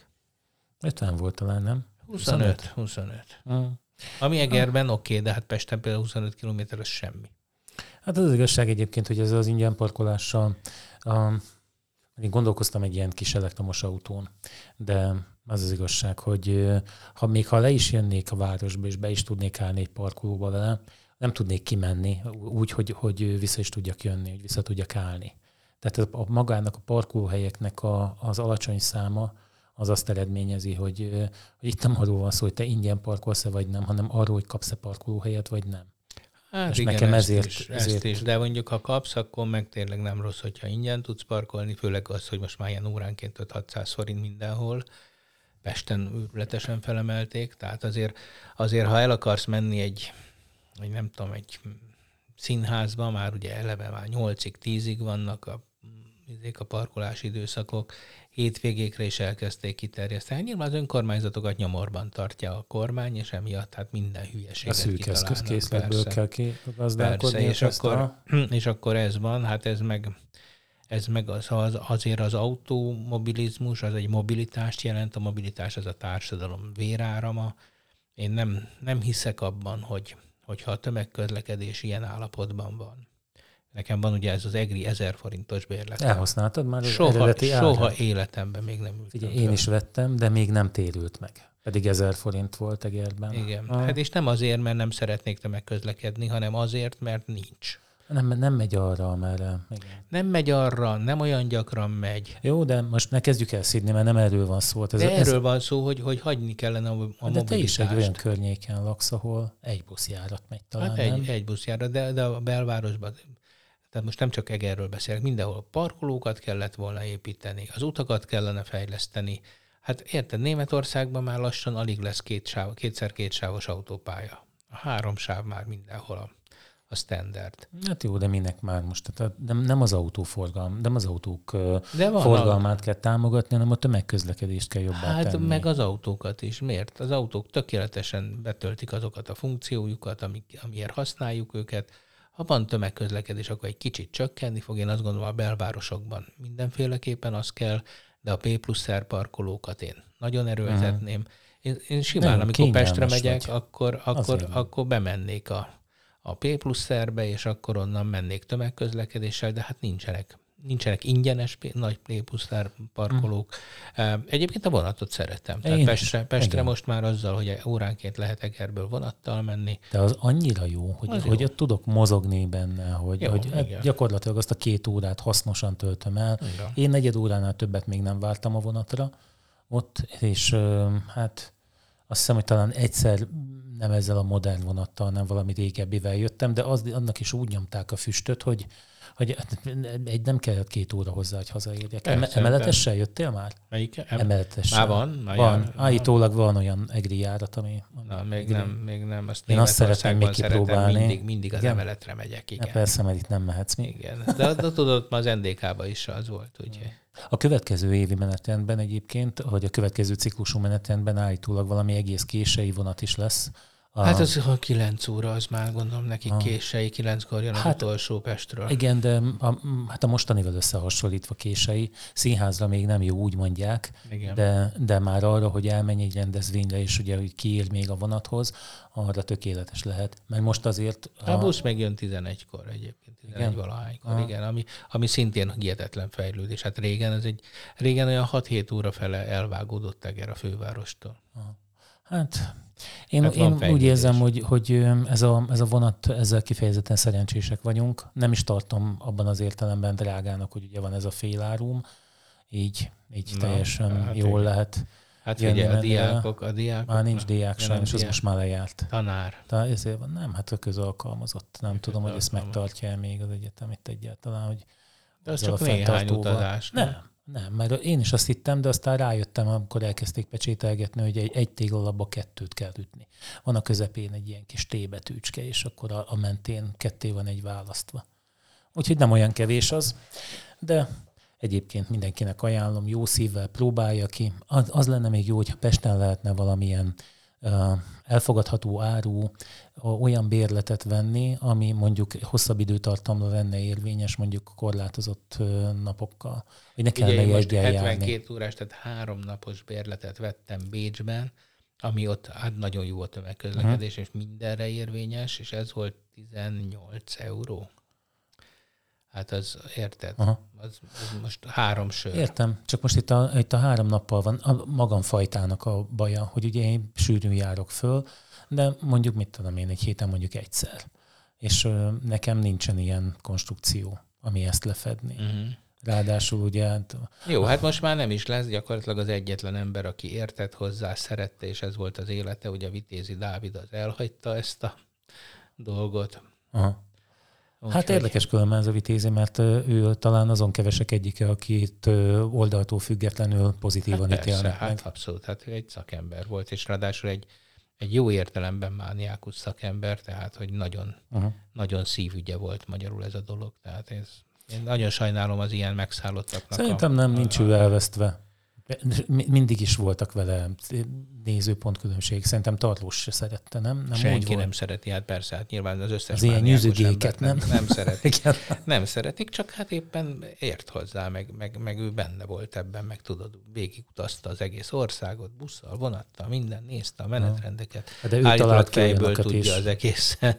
ötven volt talán, nem? huszonöt. huszonöt. Mm. Ami Egerben oké, okay, de hát Pesten például huszonöt kilométer az semmi. Hát az igazság egyébként, hogy ez az ingyen parkolással, um, én gondolkoztam egy ilyen kis elektromos autón, de az az igazság, hogy ha még ha le is jönnék a városba, és be is tudnék állni egy parkolóba vele, nem tudnék kimenni úgy, hogy, hogy vissza is tudjak jönni, hogy vissza tudjak állni. Tehát a, a magának a parkolóhelyeknek a, az alacsony száma az azt eredményezi, hogy, hogy itt nem arról van szó, hogy te ingyen parkolsz-e vagy nem, hanem arról, hogy kapsz-e parkolóhelyet vagy nem. Hát és igen, nekem ezt ezért, is, ezért... is, de mondjuk ha kapsz, akkor meg tényleg nem rossz, hogyha ingyen tudsz parkolni, főleg az, hogy most már ilyen óránként öt-hatszáz forint mindenhol. Pesten őrületesen felemelték, tehát azért, azért ha el akarsz menni egy vagy nem tudom, egy színházban már ugye eleve már nyolcig, tízig vannak a, a parkolási időszakok, hétvégékre is elkezdték kiterjeszteni. Nyilván az önkormányzatokat nyomorban tartja a kormány, és emiatt hát minden hülyeséget kitalálnak. A szűk eszközkészletből kell kigazdálkodni. És akkor, a... és akkor ez van, hát ez meg, ez meg az, az, azért az automobilizmus, az egy mobilitást jelent, a mobilitás az a társadalom vérárama. Én nem, nem hiszek abban, hogy hogyha a tömegközlekedés ilyen állapotban van. Nekem van ugye ez az egri ezer forintos bérletem. Elhasználtad már az soha, eredeti soha árat? Életemben még nem ültem. Ugye, én is vettem, de még nem térült meg. Pedig ezer forint volt Egerben. Igen. Ah. Hát és nem azért, mert nem szeretnék tömegközlekedni, hanem azért, mert nincs. Nem, nem megy arra, mert... Igen. Nem megy arra, nem olyan gyakran megy. Jó, de most ne kezdjük el szídni, mert nem erről van szó. Ez, de erről ez... van szó, hogy, hogy hagyni kellene a, a de mobilitást. De te is egy olyan környéken laksz, ahol egy buszjárat megy talán, hát egy, egy buszjárat, de, de a belvárosban... Tehát most nem csak Egerről beszélek, mindenhol parkolókat kellett volna építeni, az utakat kellene fejleszteni. Hát érted, Németországban már lassan alig lesz két sáv, kétszer kétsávos autópálya. A három sáv már mindenhol a, a standard. Hát jó, de minek már most? Tehát nem, nem az autóforgalm, nem az autók forgalmát a... kell támogatni, hanem a tömegközlekedést kell jobbá hát tenni. Meg az autókat is. Miért? Az autók tökéletesen betöltik azokat a funkciójukat, amik, amiért használjuk őket. Ha van tömegközlekedés, akkor egy kicsit csökkenni fog. Én azt gondolom, a belvárosokban mindenféleképpen az kell, de a P plusz R parkolókat én nagyon erőltetném. Én, én simán, nem, amikor Pestre megyek, vagy. akkor, akkor, akkor bemennék a, a P plusz R-be, és akkor onnan mennék tömegközlekedéssel, de hát nincsenek, nincsenek ingyenes nagy playbusztár parkolók. Hmm. Egyébként a vonatot szeretem. Tehát Én Pestre, Pestre igen. most már azzal, hogy óránként lehet Egerből vonattal menni. De az annyira jó, hogy, Az hogy jó. tudok mozogni benne, hogy, Jó, hogy igen. gyakorlatilag azt a két órát hasznosan töltöm el. Igen. Én negyed óránál többet még nem vártam a vonatra ott, és hát azt hiszem, hogy talán egyszer nem ezzel a modern vonattal, hanem valami régebbivel jöttem, de az, annak is úgy nyomták a füstöt, hogy, hogy egy nem kellett két óra hozzá, hogy hazaérjek. Persze, Emeletessel jöttél már? Melyik? Em- Emeletessel. Már van? Már van. jár, Állítólag van olyan egri járat, ami... Na, még nem, még nem. Azt Én azt szeretném még kipróbálni. Mindig, mindig az igen? emeletre megyek, igen. Ja, persze, mert itt nem mehetsz még. Igen. De, de tudod, ma az en dé ká-ban is az volt, úgyhogy... A következő évi menetrendben egyébként, vagy a következő ciklusú menetrendben állítólag valami egész kései vonat is lesz. A... Hát az a kilenc óra, az már gondolom nekik a... kései, kilenckor jön az hát, utolsó Pestről. Igen, de a, hát a mostanival összehasonlítva kései, színházra még nem jó, úgy mondják, de, de már arra, hogy elmenj egy rendezvényre, és ugye, hogy kiír még a vonathoz, arra tökéletes lehet. Mert most azért... A, a busz megjön tizenegykor egyébként, tizenegy valahánykor, ah. igen, ami, ami szintén hihetetlen fejlődés. Hát régen, ez egy, régen olyan hat-hét óra fele elvágódott Eger a fővárostól. Ah. Hát... Én, hát én úgy érzem, hogy, hogy ez, a, ez a vonat, ezzel kifejezetten szerencsések vagyunk. Nem is tartom abban az értelemben drágának, hogy ugye van ez a félárum, így, így Na, teljesen hát jól igen. lehet. Hát figyelj, a diákok, a diákok... Már nincs diák sajnos, az most már lejárt. Tanár. Tehát ezért van, nem, hát a közalkalmazott. Nem tudom, hogy ezt megtartja még az egyetem itt egyáltalán, hogy... De az csak néhány utazás. Nem. nem. Nem, mert én is azt hittem, de aztán rájöttem, amikor elkezdték pecsételgetni, hogy egy, egy téglalapba kettőt kell ütni. Van a közepén egy ilyen kis T-betűcske, és akkor a, a mentén ketté van egy választva. Úgyhogy nem olyan kevés az, de egyébként mindenkinek ajánlom, jó szívvel próbálja ki. Az, az lenne még jó, hogyha Pesten lehetne valamilyen uh, elfogadható áru, olyan bérletet venni, ami mondjuk hosszabb időtartamra lenne érvényes, mondjuk korlátozott napokkal. Hogy ne kellene jeggyel járni. hetvenkét órás, tehát három napos bérletet vettem Bécsben, ami ott hát nagyon jó a tömegközlekedés, uh-huh. és mindenre érvényes, és ez volt tizennyolc euró. Hát az, érted? Uh-huh. Az, az most három sör. Értem, csak most itt a, itt a három nappal van a magamfajtának a baja, hogy ugye én sűrűn járok föl, de mondjuk, mit tudom én, egy héten mondjuk egyszer. És ö, nekem nincsen ilyen konstrukció, ami ezt lefedni. Uh-huh. Ráadásul ugye... Hát, jó, hát most már nem is lesz gyakorlatilag az egyetlen ember, aki értett hozzá, szerette, és ez volt az élete, ugye Vitézi Dávid az elhagyta ezt a dolgot. Aha. Úgy, hát érdekes különben ez a Vitézi, mert ő talán azon kevesek egyike, akit oldaltól függetlenül pozitívan hát ítélnek persze, meg. Hát abszolút, hát ő egy szakember volt, és ráadásul egy Egy jó értelemben mániákus szakember, tehát hogy nagyon, uh-huh. nagyon szívügye volt magyarul ez a dolog. Tehát ez, én nagyon sajnálom az ilyen megszállottaknak. Szerintem nem, a, nincs a, ő elvesztve. Mindig is voltak vele nézőpontkülönbség. Szerintem Tarlós se szerette, nem? nem Senki nem szereti, hát persze, hát nyilván az összes az ilyen nyűzögéket nem? Nem, nem szeretik. Nem szeretik, csak hát éppen ért hozzá, meg, meg, meg ő benne volt ebben, meg tudod, végigutazta az egész országot, busszal, vonattal, minden, nézte a menetrendeket. De ő talált fejből tudja is. Az egészen.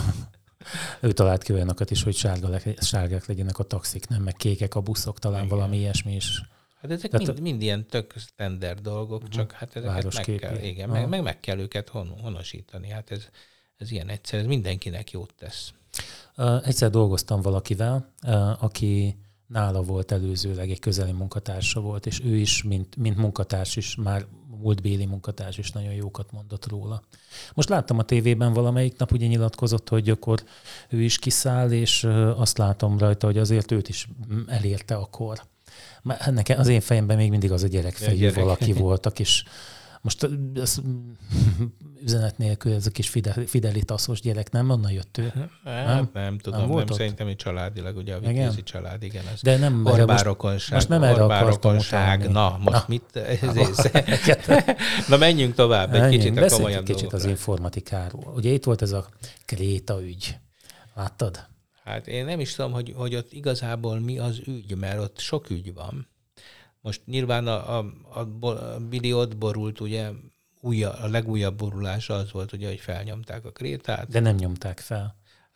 Ő talált ki olyanokat is, hogy sárga, sárgák legyenek a taxik, nem, meg kékek a buszok, talán igen. valami ilyesmi is. Hát ezek mind, mind ilyen tök standard dolgok, uh-huh. csak hát ezeket meg kell, igen, meg, meg, meg kell őket hon, honosítani. Hát ez, ez ilyen egyszer, ez mindenkinek jót tesz. Uh, egyszer dolgoztam valakivel, uh, aki nála volt előzőleg, egy közeli munkatársa volt, és ő is, mint, mint munkatárs is, már múltbéli munkatárs is nagyon jókat mondott róla. Most láttam a tévében valamelyik nap, ugye nyilatkozott, hogy akkor ő is kiszáll, és uh, azt látom rajta, hogy azért őt is elérte a kor. Nekem az én fejemben még mindig az a gyerekfejű gyerek. Valaki voltak, és most ez, üzenet nélkül ez a kis fidelitaszos gyerek, nem? Onnan jött ő? Nem, nem, nem tudom, nem, nem szerintem, hogy családilag, ugye a Vitézi család, igen. Ez de nem, Orbárokonság. Most, most nem erre akartam utáni. Na, most na. mit? Ez Na, menjünk tovább, egy menjünk, kicsit a komolyabb kicsit dolgokra. Az informatikáról. Ugye itt volt ez a Kréta ügy. Láttad? Hát én nem is tudom, hogy, hogy ott igazából mi az ügy, mert ott sok ügy van. Most nyilván a, a, a Billy ott borult, ugye újja, a legújabb borulása az volt, ugye, hogy felnyomták a Krétát. De nem nyomták fel.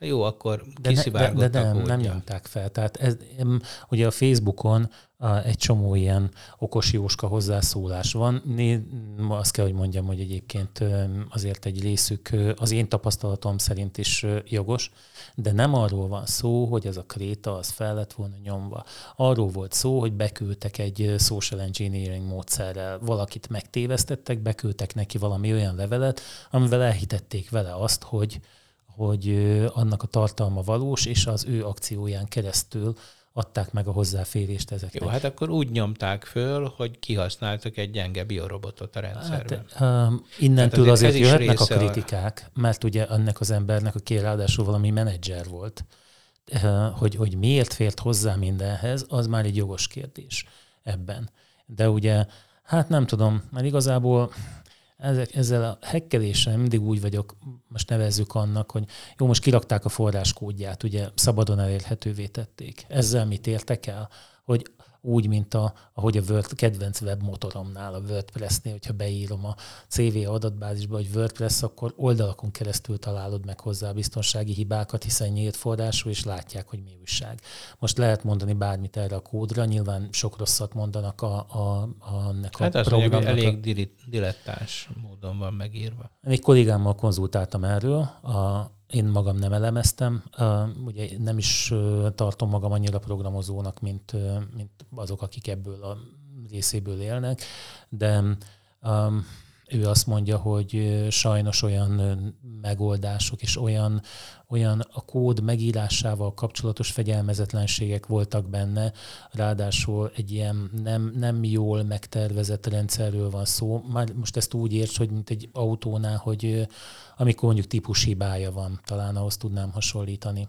Jó, akkor de kiszivárgott de, de, de a nem, kódja. nem nyomták fel. Tehát ez, ugye a Facebookon egy csomó ilyen okos jóska hozzászólás van. Né, azt kell, hogy mondjam, hogy egyébként azért egy részük az én tapasztalatom szerint is jogos, de nem arról van szó, hogy ez a kréta az fel lett volna nyomva. Arról volt szó, hogy beküldtek egy social engineering módszerrel, valakit megtévesztettek, beküldtek neki valami olyan levelet, amivel elhitették vele azt, hogy hogy annak a tartalma valós, és az ő akcióján keresztül adták meg a hozzáférést ezeknek. Jó, hát akkor úgy nyomták föl, hogy kihasználtak egy gyenge biorobotot a rendszerben. Hát, um, innentől azért, azért jöhetnek a kritikák, a... mert ugye ennek az embernek, aki ráadásul valami menedzser volt, uh, hogy, hogy miért fért hozzá mindenhez, az már egy jogos kérdés ebben. De ugye, hát nem tudom, mert igazából Ezek, ezzel a hackeléssel mindig úgy vagyok, most nevezzük annak, hogy jó, most kirakták a forráskódját, ugye szabadon elérhetővé tették. Ezzel mit értek el? Hogy úgy, mint a, ahogy a Word, kedvenc webmotoromnál, a WordPress-nél, hogyha beírom a cé vé adatbázisba, hogy WordPress, akkor oldalakon keresztül találod meg hozzá a biztonsági hibákat, hiszen nyílt forrású, és látják, hogy mi újság. Most lehet mondani bármit erre a kódra, nyilván sok rosszat mondanak a, a, a, ennek hát a programnak. Hát elég dilettáns módon van megírva. Egy kollégámmal konzultáltam erről, a Én magam nem elemeztem, ugye nem is tartom magam annyira programozónak, mint, mint azok, akik ebből a részéből élnek, de um, ő azt mondja, hogy sajnos olyan megoldások és olyan, olyan a kód megírásával kapcsolatos fegyelmezetlenségek voltak benne, ráadásul egy ilyen nem, nem jól megtervezett rendszerről van szó. Már most ezt úgy érts, hogy mint egy autónál, hogy amikor mondjuk típus hibája van, talán ahhoz tudnám hasonlítani.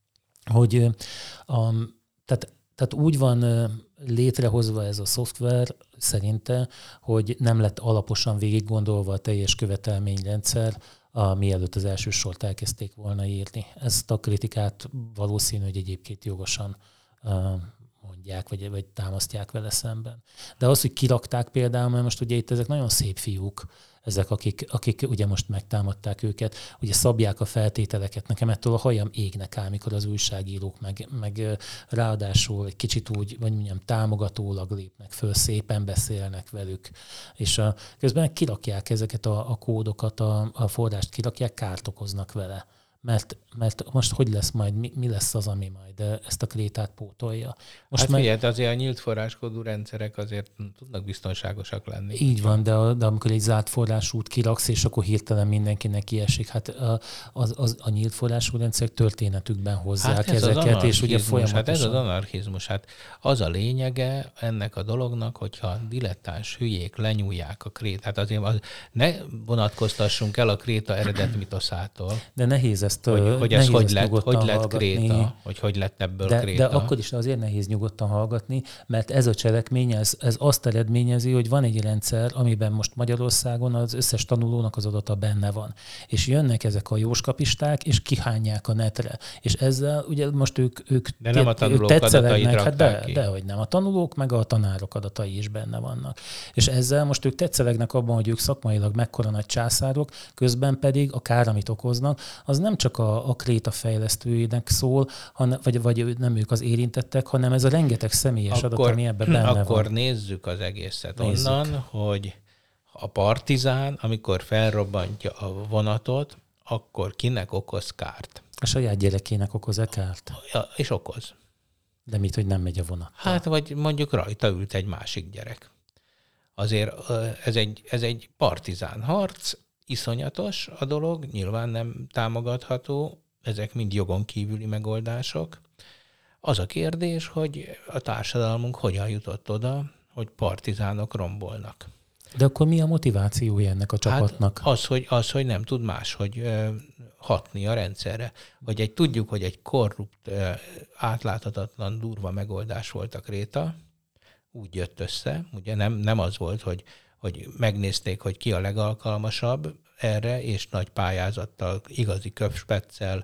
Hogy um, tehát, tehát úgy van létrehozva ez a szoftver szerinte, hogy nem lett alaposan végig gondolva a teljes követelményrendszer, a, mielőtt az első sort elkezdték volna írni. Ezt a kritikát valószínű, hogy egyébként jogosan uh, mondják, vagy, vagy támasztják vele szemben. De az, hogy kirakták például, mert most ugye itt ezek nagyon szép fiúk, ezek, akik, akik ugye most megtámadták őket, ugye szabják a feltételeket. Nekem ettől a hajam égnek áll, mikor az újságírók meg, meg ráadásul egy kicsit úgy, vagy mondjam, támogatólag lépnek föl, szépen beszélnek velük, és a, közben kirakják ezeket a, a kódokat, a, a forrást kirakják, kárt okoznak vele. Mert, mert most hogy lesz majd, mi, mi lesz az, ami majd ezt a krétát pótolja? Most hát meg... figyelj, azért a nyílt forráskódú rendszerek azért tudnak biztonságosak lenni. Így van, de, a, de amikor egy zárt forrásút kiraksz, és akkor hirtelen mindenkinek kiesik, hát a, az, az, a nyílt forrású rendszerek történetükben hozzák hát ez ezeket, és ugye folyamatosan... Hát ez az anarchizmus, hát az a lényege ennek a dolognak, hogyha dilettáns hülyék lenyúlják a krétát, azért az, ne vonatkoztassunk el a kréta eredet mitoszától. De nehéz ezt Hogy, hogy ez hogy lett, hogy lett kréta, hogy hogy lett ebből de, kréta. De akkor is azért nehéz nyugodtan hallgatni, mert ez a cselekmény, ez, ez azt eredményezi, hogy van egy rendszer, amiben most Magyarországon az összes tanulónak az adata benne van. És jönnek ezek a jóskapisták, és kihányják a netre. És ezzel ugye most ők, ők, de nem a tanulók adatait hát de, ki. de, hogy nem. A tanulók meg a tanárok adatai is benne vannak. És ezzel most ők tetszelegnek abban, hogy ők szakmailag mekkora nagy császárok, közben pedig a kár, amit okoznak, az nem csak a, a kréta fejlesztőinek szól, hanem, vagy, vagy nem ők az érintettek, hanem ez a rengeteg személyes akkor, adat, ami ebben benne akkor van. Akkor nézzük az egészet nézzük. onnan, hogy a partizán, amikor felrobbantja a vonatot, akkor kinek okoz kárt? A saját gyerekének okoz-e kárt? Ja, és okoz. De mit, hogy nem megy a vonat? Hát, vagy mondjuk rajta ült egy másik gyerek. Azért ez egy, ez egy partizán harc, iszonyatos a dolog, nyilván nem támogatható, ezek mind jogon kívüli megoldások. Az a kérdés, hogy a társadalmunk hogyan jutott oda, hogy partizánok rombolnak. De akkor mi a motivációja ennek a csapatnak? Hát az, hogy, az, hogy nem tud máshogy ö, hatni a rendszerre. Vagy egy, tudjuk, hogy egy korrupt, ö, átláthatatlan, durva megoldás volt a kréta, úgy jött össze. Ugye nem, nem az volt, hogy, hogy megnézték, hogy ki a legalkalmasabb erre, és nagy pályázattal, igazi köpspeccel,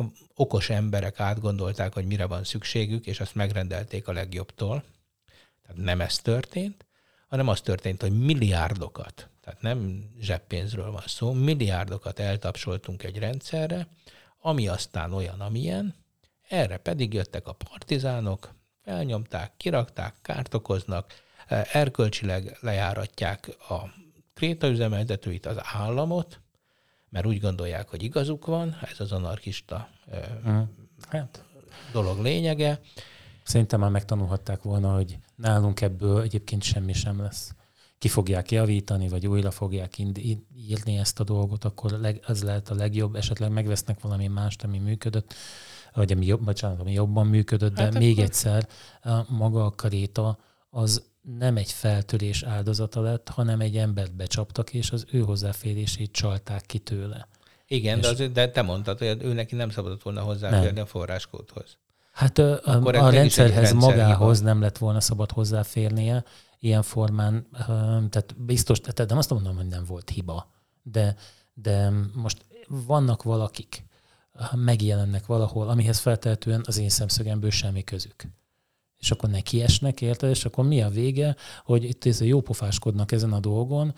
okos emberek átgondolták, hogy mire van szükségük, és azt megrendelték a legjobbtól. Tehát nem ez történt, hanem az történt, hogy milliárdokat, tehát nem zseppénzről van szó, milliárdokat eltapsoltunk egy rendszerre, ami aztán olyan, amilyen, erre pedig jöttek a partizánok, felnyomták, kirakták, kárt okoznak, erkölcsileg lejáratják a krétaüzemeltetőit, az államot, mert úgy gondolják, hogy igazuk van, ez az anarchista hmm. hát. dolog lényege. Szerintem már megtanulhatták volna, hogy nálunk ebből egyébként semmi sem lesz. Ki fogják javítani, vagy újra fogják írni ezt a dolgot, akkor az lehet a legjobb, esetleg megvesznek valami mást, ami működött, vagy ami, jobb, bocsánat, ami jobban működött, de hát még akkor... egyszer, maga a kréta az nem egy feltörés áldozata lett, hanem egy embert becsaptak, és az ő hozzáférését csalták ki tőle. Igen, de, az, de te mondtad, hogy ő neki nem szabadott volna hozzáférni nem. a forráskódhoz. Hát a, a, a rendszerhez magához nem lett volna szabad hozzáférnie ilyen formán, tehát biztos, tehát nem azt mondom, hogy nem volt hiba, de, de most vannak valakik, megjelennek valahol, amihez feltehetően az én szemszögemből semmi közük. És akkor nekiesnek, érted? És akkor mi a vége, hogy itt jópofáskodnak ezen a dolgon.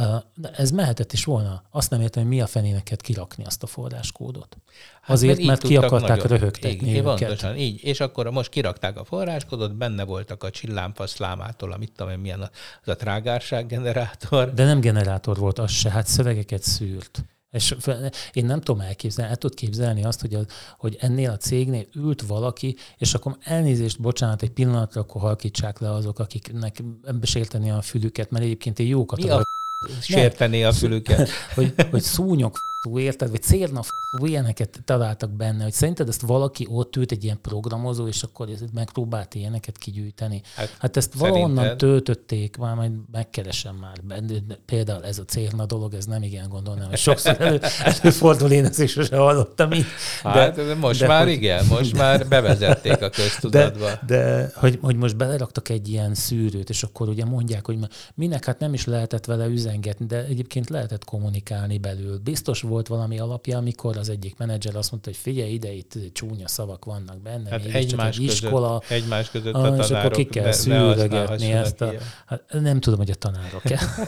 Ez mehetett is volna. Azt nem értem, hogy mi a fenéneket kirakni azt a forráskódot. Hát azért, mert, mert ki akarták nagyon röhögtetni igen, őket. Pontosan, így. És akkor most kirakták a forráskódot, benne voltak a csillámfasz lámától, amit tudom én, milyen az a trágárság generátor. De nem generátor volt az se, hát szövegeket szűrt. És én nem tudom elképzelni, el tudod képzelni azt, hogy, az, hogy ennél a cégnél ült valaki, és akkor elnézést, bocsánat, egy pillanatra, akkor halkítsák le azok, akiknek sérteni a fülüket, mert egyébként én jókat... Mi a sérteni a fülüket? hogy, hogy szúnyog érted, vagy cérna ilyeneket találtak benne, hogy szerinted ezt valaki ott ült egy ilyen programozó, és akkor megpróbált ilyeneket kigyűjteni. Hát, hát ezt valahonnan szerinted... töltötték, már majd megkeresem már. Például ez a cérna dolog, ez nem igen gondolnám, hogy sokszor elő, előfordul, én ezt is sosem hallottam így. De, hát most de, már hogy, igen, most de, már bevezették a köztudatba. De, de hogy, hogy most beleraktak egy ilyen szűrőt, és akkor ugye mondják, hogy minek, hát nem is lehetett vele üzengetni, de egyébként lehetett kommunikálni belül. Biztos volt valami alapja, amikor az egyik menedzser azt mondta, hogy figyelj ide, itt csúnya szavak vannak benne, hát egymás között, iskola, egymás között a tanárok, és akkor ki kell szűrögetni ezt a... Hát nem tudom, hogy a tanárok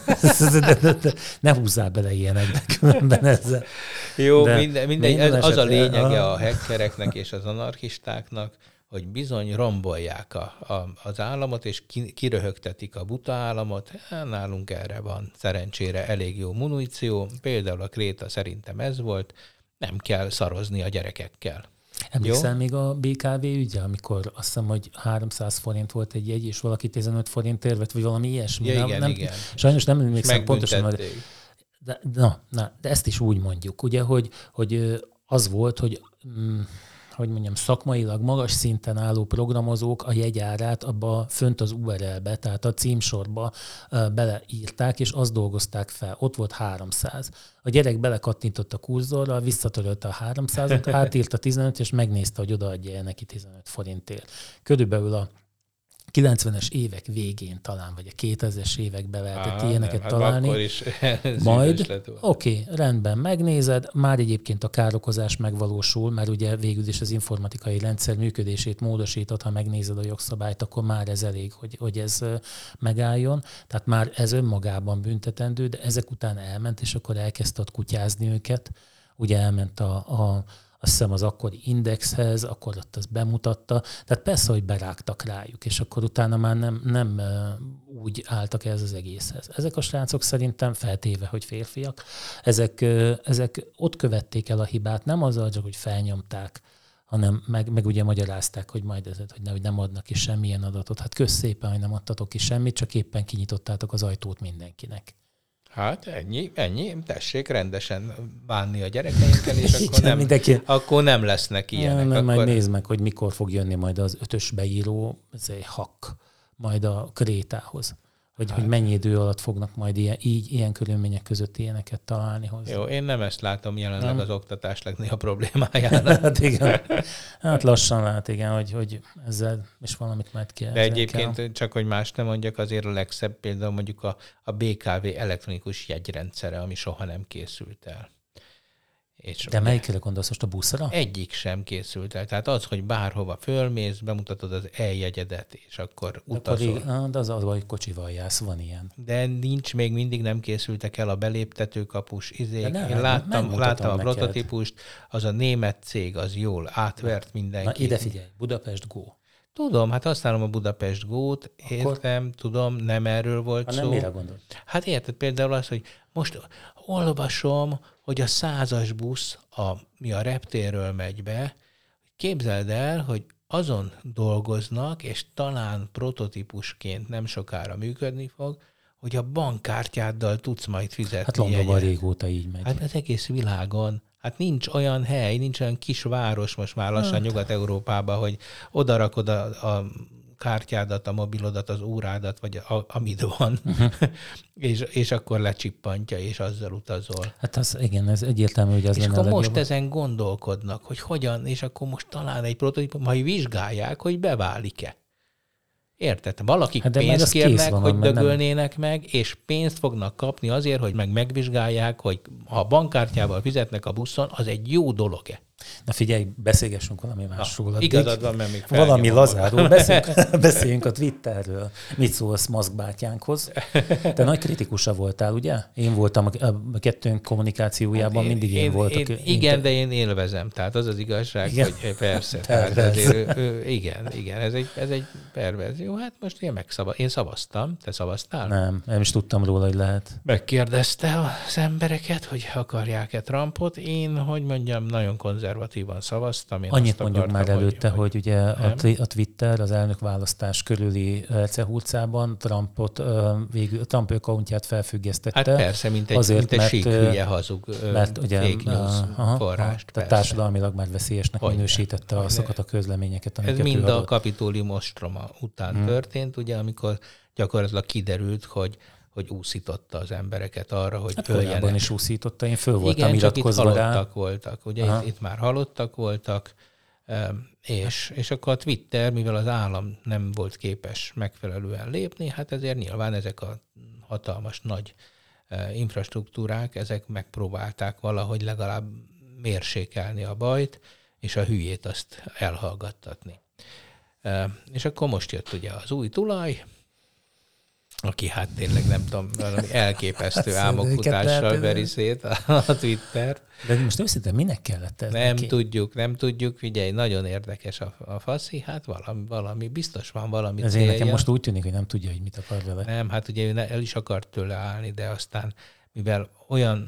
ne húzzál bele ilyenekbe különben ezzel. Jó, de minden, minden, ez az a lényege a hackereknek és az anarchistáknak, hogy bizony rombolják a, a, az államot, és ki, kiröhögtetik a buta államot. Nálunk erre van szerencsére elég jó muníció. Például a kréta szerintem ez volt. Nem kell szarozni a gyerekekkel. Emlékszel még a bé ká vé ügye, amikor azt hiszem, hogy háromszáz forint volt egy jegy, és valaki tizenöt forintért vett, vagy valami ilyesmi. Ja, nem, igen, nem, igen. Sajnos nem emlékszem pontosan. Hogy, de, na, na, de ezt is úgy mondjuk, ugye, hogy, hogy az volt, hogy... Mm, hogy mondjam, szakmailag magas szinten álló programozók a jegyárát abba fönt az u er el-be, tehát a címsorba beleírták, és azt dolgozták fel. Ott volt háromszáz. A gyerek belekattintott a kurzorra, visszatörölte a háromszázat, átírta tizenöt, és megnézte, hogy odaadja neki tizenöt forintért. Körülbelül a kilencvenes évek végén talán, vagy a kétezres években lehetett Á, ilyeneket nem, találni. Akkor is majd, oké, okay, rendben, megnézed, már egyébként a károkozás megvalósul, mert ugye végül is az informatikai rendszer működését módosított, ha megnézed a jogszabályt, akkor már ez elég, hogy, hogy ez megálljon. Tehát már ez önmagában büntetendő, de ezek után elment, és akkor elkezdte kutyázni őket. Ugye elment a, a azt hiszem az akkori Indexhez, akkor ott azt bemutatta. Tehát persze, hogy berágtak rájuk, és akkor utána már nem, nem úgy álltak ez az egészhez. Ezek a srácok szerintem feltéve, hogy férfiak, ezek, ezek ott követték el a hibát, nem azzal csak, hogy felnyomták, hanem meg, meg ugye magyarázták, hogy majd ez, hogy, ne, hogy nem adnak ki semmilyen adatot. Hát kösz szépen, hogy nem adtatok ki semmit, csak éppen kinyitottátok az ajtót mindenkinek. Hát ennyi, ennyi, tessék rendesen bánni a gyerekeinkkel, és akkor nem, mindenki... akkor nem lesznek ilyenek. Nem, akkor... Majd nézd meg, hogy mikor fog jönni majd az ötös beíró, ez egy hack, majd a krétához. Hogy, hát. hogy mennyi idő alatt fognak majd ilyen, így, ilyen körülmények között ilyeneket találni hozzá. Jó, én nem ezt látom jelenleg nem? az oktatás legnagyobb problémájának. Hát igen. Hát lassan lát, igen, hogy, hogy ezzel is valamit majd kell. De egyébként kell. Csak, hogy más nem mondjak, azért a legszebb például mondjuk a, a bé ká vé elektronikus jegyrendszere, ami soha nem készült el. És de melyikre gondolsz most, a buszra? Egyik sem készült el. Tehát az, hogy bárhova fölmész, bemutatod az e-jegyedet, és akkor utazol. De, akkor, de az az, hogy kocsival jársz, van ilyen. De nincs, még mindig nem készültek el a beléptetőkapus izék. Nem, Én láttam, láttam a neked. prototípust, az a német cég, az jól átvert mindenki. Na ide figyelj, Budapest Go. Tudom, hát használom a Budapest Go-t, értem, akkor... tudom, nem erről volt ha szó. Nem mire gondolsz? Hát érted például az, hogy most olvasom, hogy a százas busz, a, mi a reptérről megy be, képzeld el, hogy azon dolgoznak, és talán prototípusként nem sokára működni fog, hogy a bankkártyáddal tudsz majd fizetni. Hát Londonban régóta így megy. Hát az egész világon. Hát nincs olyan hely, nincs olyan kis város most már lassan hát. Nyugat-Európában, hogy odarakod a, a kártyádat, a mobilodat, az órádat, vagy a, amit van, uh-huh. és, és akkor lecsippantja, és azzal utazol. Hát az, igen, ez egyértelmű, hogy az és lenne akkor a most legjobb. ezen gondolkodnak, hogy hogyan, és akkor most talán egy prototípum, majd vizsgálják, hogy beválik-e. Érted? Valakik hát pénzt kérnek, van, hogy dögölnének nem... meg, és pénzt fognak kapni azért, hogy meg megvizsgálják, hogy ha bankkártyával fizetnek a buszon, az egy jó dolog-e. Na figyelj, beszélgessünk valami másról. Na, igazad van, mert még valami lazáról. Beszéljünk, beszéljünk a Twitterről. Mit szólsz Musk bátyánkhoz? Te nagy kritikusa voltál, ugye? Én voltam a kettőnk kommunikációjában, hát én, mindig én, én voltak. Én, én, igen, én... de én élvezem. Tehát az az igazság, igen? Hogy persze. Tehát azért, ő, ő, igen, igen, ez egy, ez egy perverzió. Hát most én megszava, én szavaztam. Te szavaztál? Nem, nem is tudtam róla, hogy lehet. Megkérdezte az embereket, hogy akarják-e Trumpot. Én, hogy mondjam, nagyon konzervatívan szavaztam. Én Annyit mondjuk akartam, már előtte, hogy, hogy ugye a, a Twitter az elnökválasztás körüli recehurcában Trumpot végül, Trump accountját felfüggesztette. Hát persze, mint egy, azért, mint egy mert, sík hülye hazug mert, ugye, fake news aha, forrást. Tehát társadalmilag már veszélyesnek hogy minősítette hogy azokat a közleményeket, amiket ez mind ő a Kapitolium ostroma után hmm. történt, ugye, amikor gyakorlatilag kiderült, hogy hogy úszította az embereket arra, hogy hát öljenek. Korábban is úszította, én föl voltam igen, iratkozva csak itt rá. halottak voltak, ugye itt, itt már halottak voltak, és, és akkor a Twitter, mivel az állam nem volt képes megfelelően lépni, hát ezért nyilván ezek a hatalmas nagy infrastruktúrák, ezek megpróbálták valahogy legalább mérsékelni a bajt, és a hülyét azt elhallgattatni. És akkor most jött ugye az új tulaj, aki hát tényleg nem tudom, valami elképesztő álmokfutással veri szét a Twitter. De most őszintén minek kellett ez? Nem neki? tudjuk, nem tudjuk. Figyelj, nagyon érdekes a, a faszi, hát valami, valami, biztos van valami ez célja. Nekem most úgy tűnik, hogy nem tudja, hogy mit akar vele. Nem, hát ugye ő el is akart tőle állni, de aztán mivel olyan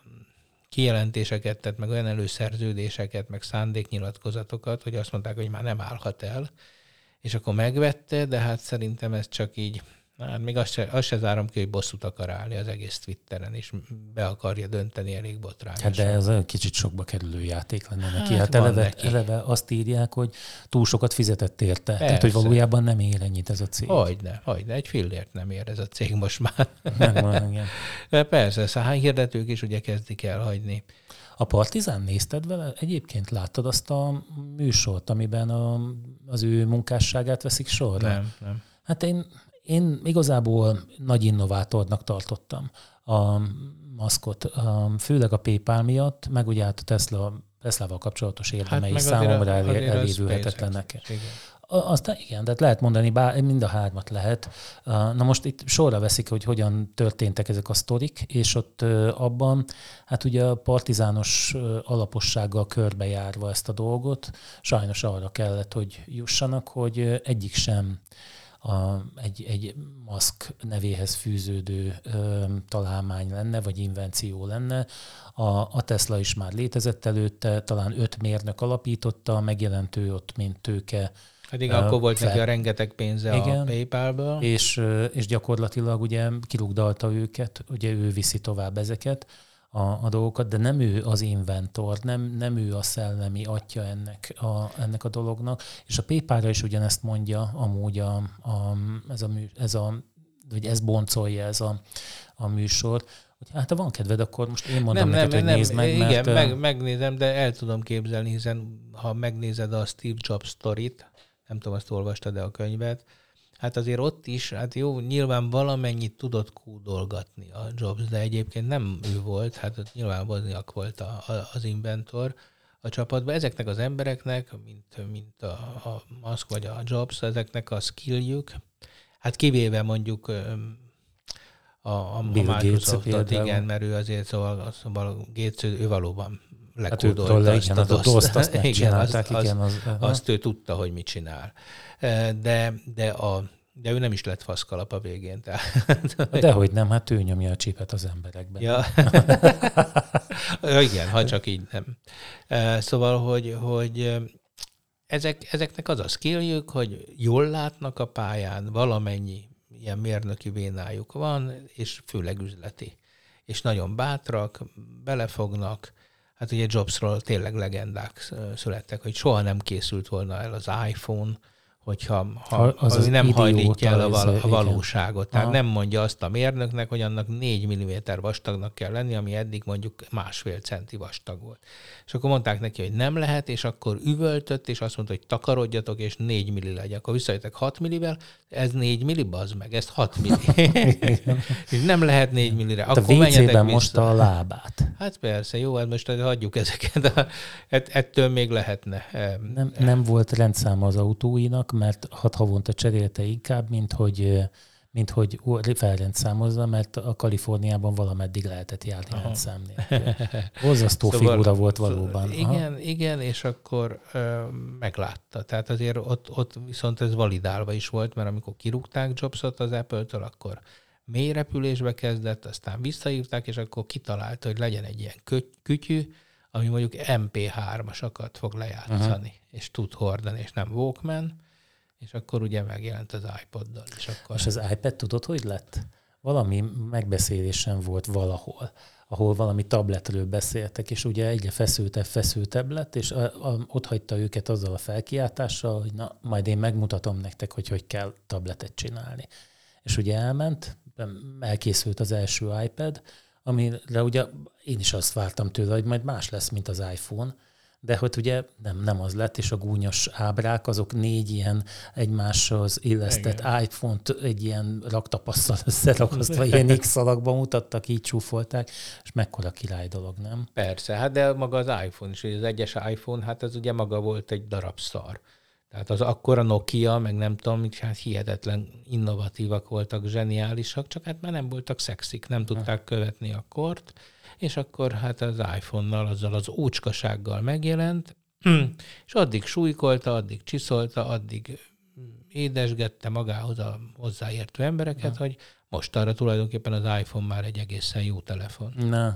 kijelentéseket tett, meg olyan előszerződéseket, meg szándéknyilatkozatokat, hogy azt mondták, hogy már nem állhat el, és akkor megvette, de hát szerintem ez csak így hát még azt se, azt se zárom ki, hogy bosszút akar állni az egész Twitteren, és be akarja dönteni elég botrányosan. Hát de ez olyan kicsit sokba kerülő játék lenne neki. Hát, hát eleve, neki. eleve azt írják, hogy túl sokat fizetett érte. Persze. Tehát, hogy valójában nem ér ennyit ez a cég. Hogyne, hogyne. Egy fillért nem ér ez a cég most már. Nem, igen. Persze, szóval hirdetők is ugye kezdik el hagyni. A Partizán nézted vele? Egyébként láttad azt a műsort, amiben a, az ő munkásságát veszik sorra? Nem, nem. Hát én... Én igazából nagy innovátornak tartottam a Muskot, főleg a PayPal miatt, meg ugye hát a Tesla, Teslával kapcsolatos érdemei hát számomra elévülhetetlenek. Aztán igen, de lehet mondani, bár mind a hármat lehet. Na most itt sorra veszik, hogy hogyan történtek ezek a sztorik, és ott abban, hát ugye a partizános alapossággal körbejárva ezt a dolgot, sajnos arra kellett, hogy jussanak, hogy egyik sem A, egy, egy Musk nevéhez fűződő ö, találmány lenne, vagy invenció lenne. A, a Tesla is már létezett előtte, talán öt mérnök alapította, megjelentő ott, mint tőke. Hát igen, uh, akkor volt fel... neki a rengeteg pénze igen, a PayPal-ből. És, és gyakorlatilag ugye kirugdalta őket, ugye ő viszi tovább ezeket a, a dolgokat, de nem ő az inventor, nem, nem ő a szellemi atya ennek a, ennek a dolognak. És a PayPal-ra is ugyanezt mondja amúgy a, a, ez, a, ez a, vagy ez boncolja ez a, a műsor, hogy hát ha van kedved, akkor most én mondom nem, neked, nem, hogy nem, nézd meg, igen, mert... meg, megnézem, de el tudom képzelni, hiszen ha megnézed a Steve Jobs sztorit, nem tudom, azt olvastad-e a könyvet, Hát azért ott is, hát jó, nyilván valamennyit tudott kódolgatni a Jobs, de egyébként nem ő volt, hát ott nyilván Wozniak volt a, a, az inventor a csapatban. Ezeknek az embereknek, mint, mint a, a Musk vagy a Jobs, ezeknek a skilljük, hát kivéve mondjuk a, a Microsoftot, igen, mert ő azért, szóval, szóval Gates, ő valóban lekódolta hát azt a doszt, azt igen, azt, igen, az, az, azt ő tudta, hogy mit csinál. De, de, a, de ő nem is lett faszkalap a végén. Tehát. Dehogy nem, hát ő nyomja a csipet az emberekben. Ja. Igen, ha csak így nem. Szóval, hogy, hogy ezek, ezeknek az a skilljük, hogy jól látnak a pályán, valamennyi ilyen mérnöki vénájuk van, és főleg üzleti. És nagyon bátrak, belefognak. Hát ugye Jobsról tényleg legendák születtek, hogy soha nem készült volna el az iPhone, hogyha ha, az az nem hajlítja el a, val- a valóságot. Tehát aha. nem mondja azt a mérnöknek, hogy annak négy milliméter vastagnak kell lenni, ami eddig mondjuk másfél centi vastag volt. És akkor mondták neki, hogy nem lehet, és akkor üvöltött, és azt mondta, hogy takarodjatok, és négy milli legyen. Akkor visszajöttek hat millivel, ez négy milli, bazd meg, ez hat milli. És nem lehet négy millire. Hát akkor a vé cében mosta a lábát. Hát persze, jó, hát most hagyjuk ezeket. Ettől még lehetne. Nem, nem volt rendszáma az autóinak, mert hat havonta cserélte inkább, mint hogy, mint hogy felrendszámozza, mert a Kaliforniában valameddig lehetett járni rendszám nélkül. Borzasztó szóval, figura volt valóban. Igen, aha. igen, és akkor ö, meglátta. Tehát azért ott, ott viszont ez validálva is volt, mert amikor kirúgták Jobsot az Apple-től, akkor mély repülésbe kezdett, aztán visszaírták, és akkor kitalálta, hogy legyen egy ilyen kö- kütyű, ami mondjuk em pé hármasakat fog lejátszani, uh-huh. és tud hordani, és nem Walkman, és akkor ugye megjelent az iPoddal. És, akkor... és az iPad tudod, hogy lett? Valami megbeszélésen volt valahol, ahol valami tabletről beszéltek, és ugye egyre feszültebb, feszültebb lett, és a, a, ott hagyta őket azzal a felkiáltással, hogy na, majd én megmutatom nektek, hogy hogy kell tabletet csinálni. És ugye elment, elkészült az első iPad, amire ugye én is azt vártam tőle, hogy majd más lesz, mint az iPhone, de hogy ugye nem, nem az lett, és a gúnyos ábrák, azok négy ilyen egymáshoz illesztett igen. iPhone-t egy ilyen raktapasszal összerakasztva, ilyen X-szalagban mutattak, így csúfolták, és mekkora király dolog, nem? Persze, hát de maga az iPhone is, az egyes iPhone, hát ez ugye maga volt egy darab szar. Tehát az akkora Nokia, meg nem tudom, hát hihetetlen innovatívak voltak, zseniálisak, csak hát már nem voltak szexik, nem tudták követni a kort, és akkor hát az iPhone-nal, azzal az ócskasággal megjelent, és addig súlykolta, addig csiszolta, addig édesgette magához a hozzáértő embereket, ha. hogy most arra tulajdonképpen az iPhone már egy egészen jó telefon. Na,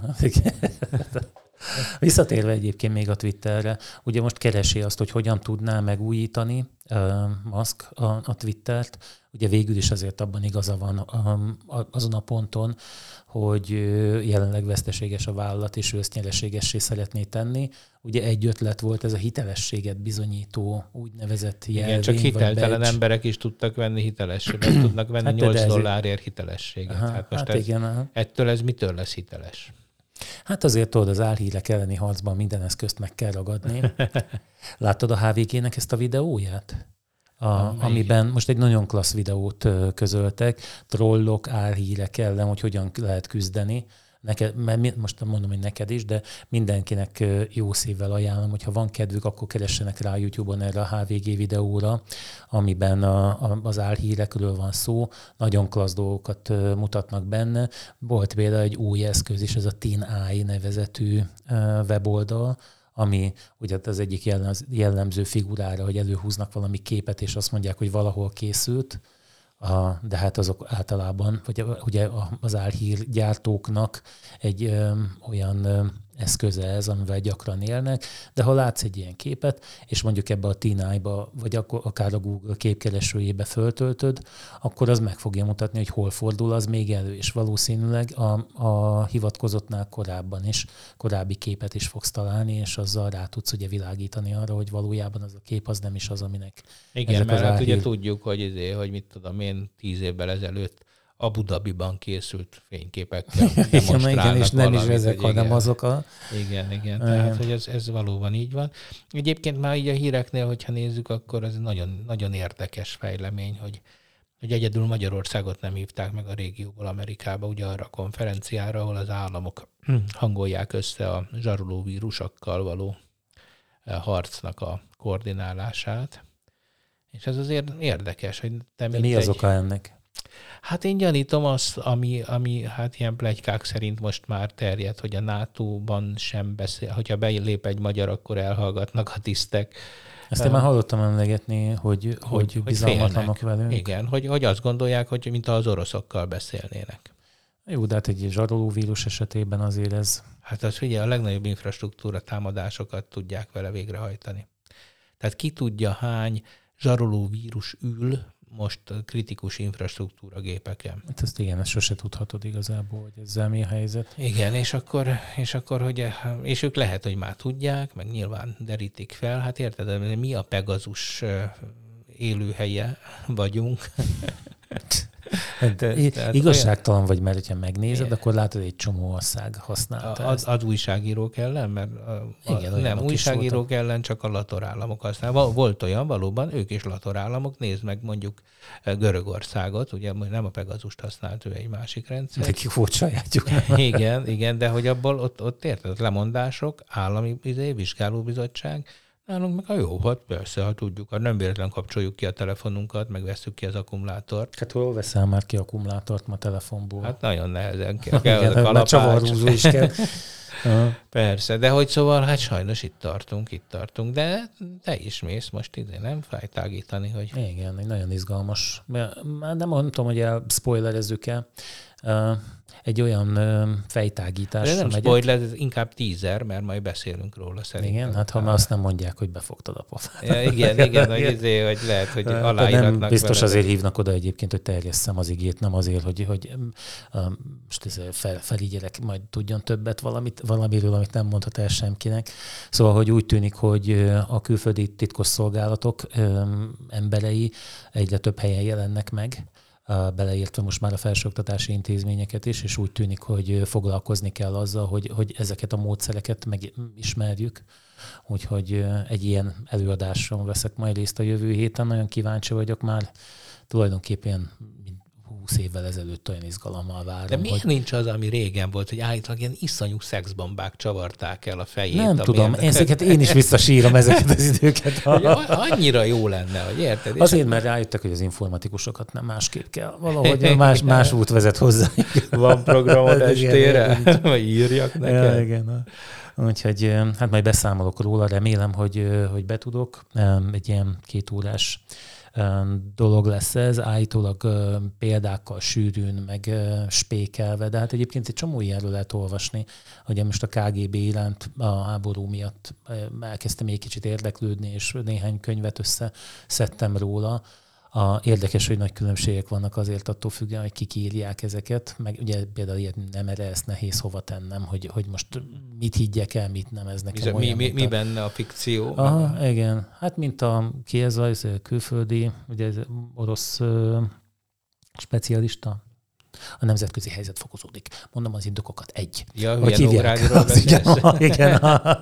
visszatérve egyébként még a Twitterre, ugye most keresi azt, hogy hogyan tudná megújítani uh, Musk a, a Twittert. Ugye végül is azért abban igaza van um, azon a ponton, hogy jelenleg veszteséges a vállalat, és ő ezt nyereségessé szeretné tenni. Ugye egy ötlet volt ez a hitelességet bizonyító úgynevezett jelvény. Igen, csak hiteltelen emberek is tudtak venni hitelességet, tudnak venni hát nyolc dollárért hitelességet. Aha, hát most hát ez, igen, ettől ez mitől lesz hiteles? Hát azért tudod, az álhírek elleni harcban minden eszközt meg kell ragadni. Láttad a há vé gé-nek ezt a videóját? A, amiben most egy nagyon klassz videót közöltek, trollok, álhírek ellen, hogy hogyan lehet küzdeni. Neked, mert most mondom, hogy neked is, de mindenkinek jó szívvel ajánlom, hogyha van kedvük, akkor keressenek rá YouTube-on erre a há vé gé videóra, amiben a, a, az álhírekről van szó, nagyon klassz dolgokat mutatnak benne. Volt például egy új eszköz is, ez a Teen Eye nevezetű weboldal, ami ugye az egyik jellemző figurára, hogy előhúznak valami képet, és azt mondják, hogy valahol készült, A, de hát azok általában, vagy ugye az álhírgyártóknak egy ö, olyan ö, eszköze ez, amivel gyakran élnek, de ha látsz egy ilyen képet, és mondjuk ebbe a Teen Eye-ba, vagy akkor akár a Google képkeresőjébe föltöltöd, akkor az meg fogja mutatni, hogy hol fordul az még elő, és valószínűleg a, a hivatkozottnál korábban is, korábbi képet is fogsz találni, és azzal rá tudsz ugye világítani arra, hogy valójában az a kép az nem is az, aminek igen, ezek mert az hát álhír... ugye tudjuk, hogy, izé, hogy mit tudom én, tíz évvel ezelőtt Abu Dhabiban készült fényképekkel demonstrálnak igen, és nem is ezek, hanem igen, azok a... Igen, igen. Tehát, hogy ez, ez valóban így van. Egyébként már így a híreknél, hogyha nézzük, akkor ez nagyon, nagyon érdekes fejlemény, hogy, hogy egyedül Magyarországot nem hívták meg a régióból Amerikába, ugye arra a konferenciára, ahol az államok hangolják össze a zsaroló vírusokkal való harcnak a koordinálását. És ez azért érdekes, hogy te De mi az egy... oka ennek? Hát én gyanítom azt, ami, ami hát ilyen pletykák szerint most már terjed, hogy a nátóban sem beszél, hogyha belép egy magyar, akkor elhallgatnak a tisztek. Ezt én már hallottam emlegetni, hogy, hogy, hogy bizalmatlanok velünk. Igen, hogy, hogy azt gondolják, hogy mint az oroszokkal beszélnének. Jó, de hát egy zsaroló vírus esetében azért ez... Hát az figyelj, a legnagyobb infrastruktúra támadásokat tudják vele végrehajtani. Tehát ki tudja, hány zsaroló vírus ül most kritikus infrastruktúra gépeken. Hát ezt igen, ezt sose tudhatod igazából, hogy ezzel mi a helyzet. Igen, és akkor, és akkor, hogy, és ők lehet, hogy már tudják, meg nyilván derítik fel. Hát érted, mi a Pegazus élőhelye vagyunk. De, tehát igazságtalan olyan... vagy, mert ha megnézed, igen. akkor látod, egy csomó ország használta az, az újságírók ellen, mert a, igen, a, nem újságírók ellen, csak a latorállamok használnak. Volt olyan valóban, ők is latorállamok, nézd meg mondjuk Görögországot, ugye nem a Pegazust használt, ő egy másik rendszer. De ki volt sajátjuk. igen, igen, de hogy abból ott, ott érted, lemondások, állami vizsgálóbizottság, nálunk meg a jó, hát persze, ha tudjuk, ha nem véletlenül kapcsoljuk ki a telefonunkat, meg vesszük ki az akkumulátort. Hát hol veszel már ki akkumulátort ma telefonból? Hát nagyon nehezen kell, kell igen, a kalapács. Csavarhúzó is kell. Persze, de hogy szóval, hát sajnos itt tartunk, itt tartunk, de te is mész most ide, nem fájtágítani, hogy... Igen, egy nagyon izgalmas. Már nem mondtam, hogy elspoilerezzük-e. Egy olyan fejtágításra megyek. De nem megyek. spoiler, ez inkább tízer, mert majd beszélünk róla szerintem. Igen, hát ha már azt nem mondják, hogy befogtad a pofát. Ja, igen, igen, hogy, izé, hogy lehet, hogy aláíratnak. Nem biztos vele. Azért hívnak oda egyébként, hogy terjesszem az igét, nem azért, hogy, hogy most fel, felígyelek, majd tudjon többet valamit, valamiről, amit nem mondhat el senkinek. Szóval, hogy úgy tűnik, hogy a külföldi titkosszolgálatok emberei egyre több helyen jelennek meg, beleértve most már a felsőoktatási intézményeket is, és úgy tűnik, hogy foglalkozni kell azzal, hogy, hogy ezeket a módszereket megismerjük. Úgyhogy egy ilyen előadáson veszek majd részt a jövő héten. Nagyon kíváncsi vagyok már. Tulajdonképpen húsz évvel ezelőtt olyan izgalommal várom. De miért hogy... nincs az, ami régen volt, hogy állítólag ilyen iszonyú szexbombák csavarták el a fejét? Nem tudom, én, ezeket én is visszasírom ezeket az időket. Annyira jó lenne, hogy érted? Azért, mert rájöttek, hogy az informatikusokat nem másképp kell. Valahogy más, más út vezet hozzá. Van programod estére? Vagy írjak neked? Ja, igen. Úgyhogy hát majd beszámolok róla, remélem, hogy, hogy betudok. Egy ilyen két órás dolog lesz ez, állítólag példákkal sűrűn, meg spékelve, de hát egyébként egy csomó ilyenről lehet olvasni, hogy most a ká gé bé iránt a háború miatt elkezdtem egy kicsit érdeklődni, és néhány könyvet összeszedtem róla. A, érdekes, hogy nagy különbségek vannak azért attól függően, hogy kik írják ezeket, meg ugye például ilyet nem erre ezt nehéz hova tennem, hogy, hogy most mit higgyek el, mit nem, ez nekem mi, olyan, mi, mi a... benne a fikció? Aha, igen, hát mint a ki ez az külföldi, ugye ez orosz uh, specialista, a nemzetközi helyzet fokozódik. Mondom az indokokat. Egy. Ja, hogy hívják. Igen. igen.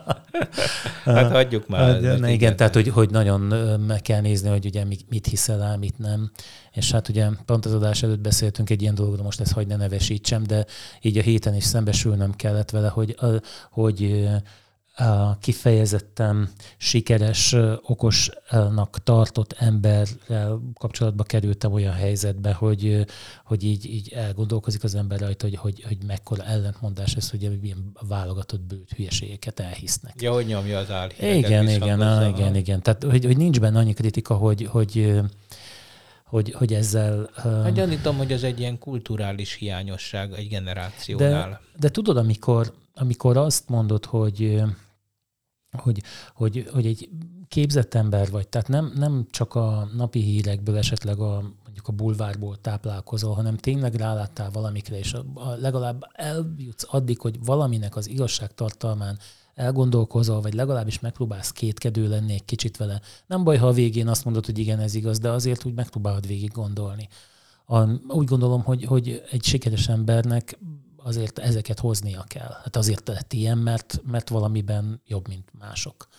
Hát hagyjuk már. Hát, igen, igen, tehát hogy, hogy nagyon meg kell nézni, hogy ugye mit hiszel el, mit nem. És hát ugye pont az adás előtt beszéltünk egy ilyen dologról, most ezt hagy ne nevesítsem, de így a héten is szembesülnöm kellett vele, hogy, hogy kifejezetten sikeres, okosnak tartott emberrel kapcsolatba kerültem olyan helyzetbe, hogy, hogy így, így elgondolkozik az ember rajta, hogy, hogy, hogy mekkora ellentmondás ez, hogy ilyen válogatott bőt hülyeségeket elhisznek. Ja, hogy nyomja az álhíreket. Igen, igen, á, igen, igen. Tehát, hogy, hogy nincs benne annyi kritika, hogy, hogy Hogy, hogy ezzel... Hát gyanítom, hogy ez egy ilyen kulturális hiányosság egy generációnál. De, de tudod, amikor, amikor azt mondod, hogy, hogy, hogy, hogy egy képzett ember vagy, tehát nem, nem csak a napi hírekből, esetleg a, mondjuk a bulvárból táplálkozol, hanem tényleg ráláttál valamikre, és a, a legalább eljutsz addig, hogy valaminek az igazságtartalmán elgondolkozol, vagy legalábbis megpróbálsz kétkedő lenni egy kicsit vele. Nem baj, ha a végén azt mondod, hogy igen, ez igaz, de azért úgy megpróbálod végig gondolni. A, úgy gondolom, hogy, hogy egy sikeres embernek azért ezeket hoznia kell. Hát azért lett ilyen, mert, mert valamiben jobb, mint mások.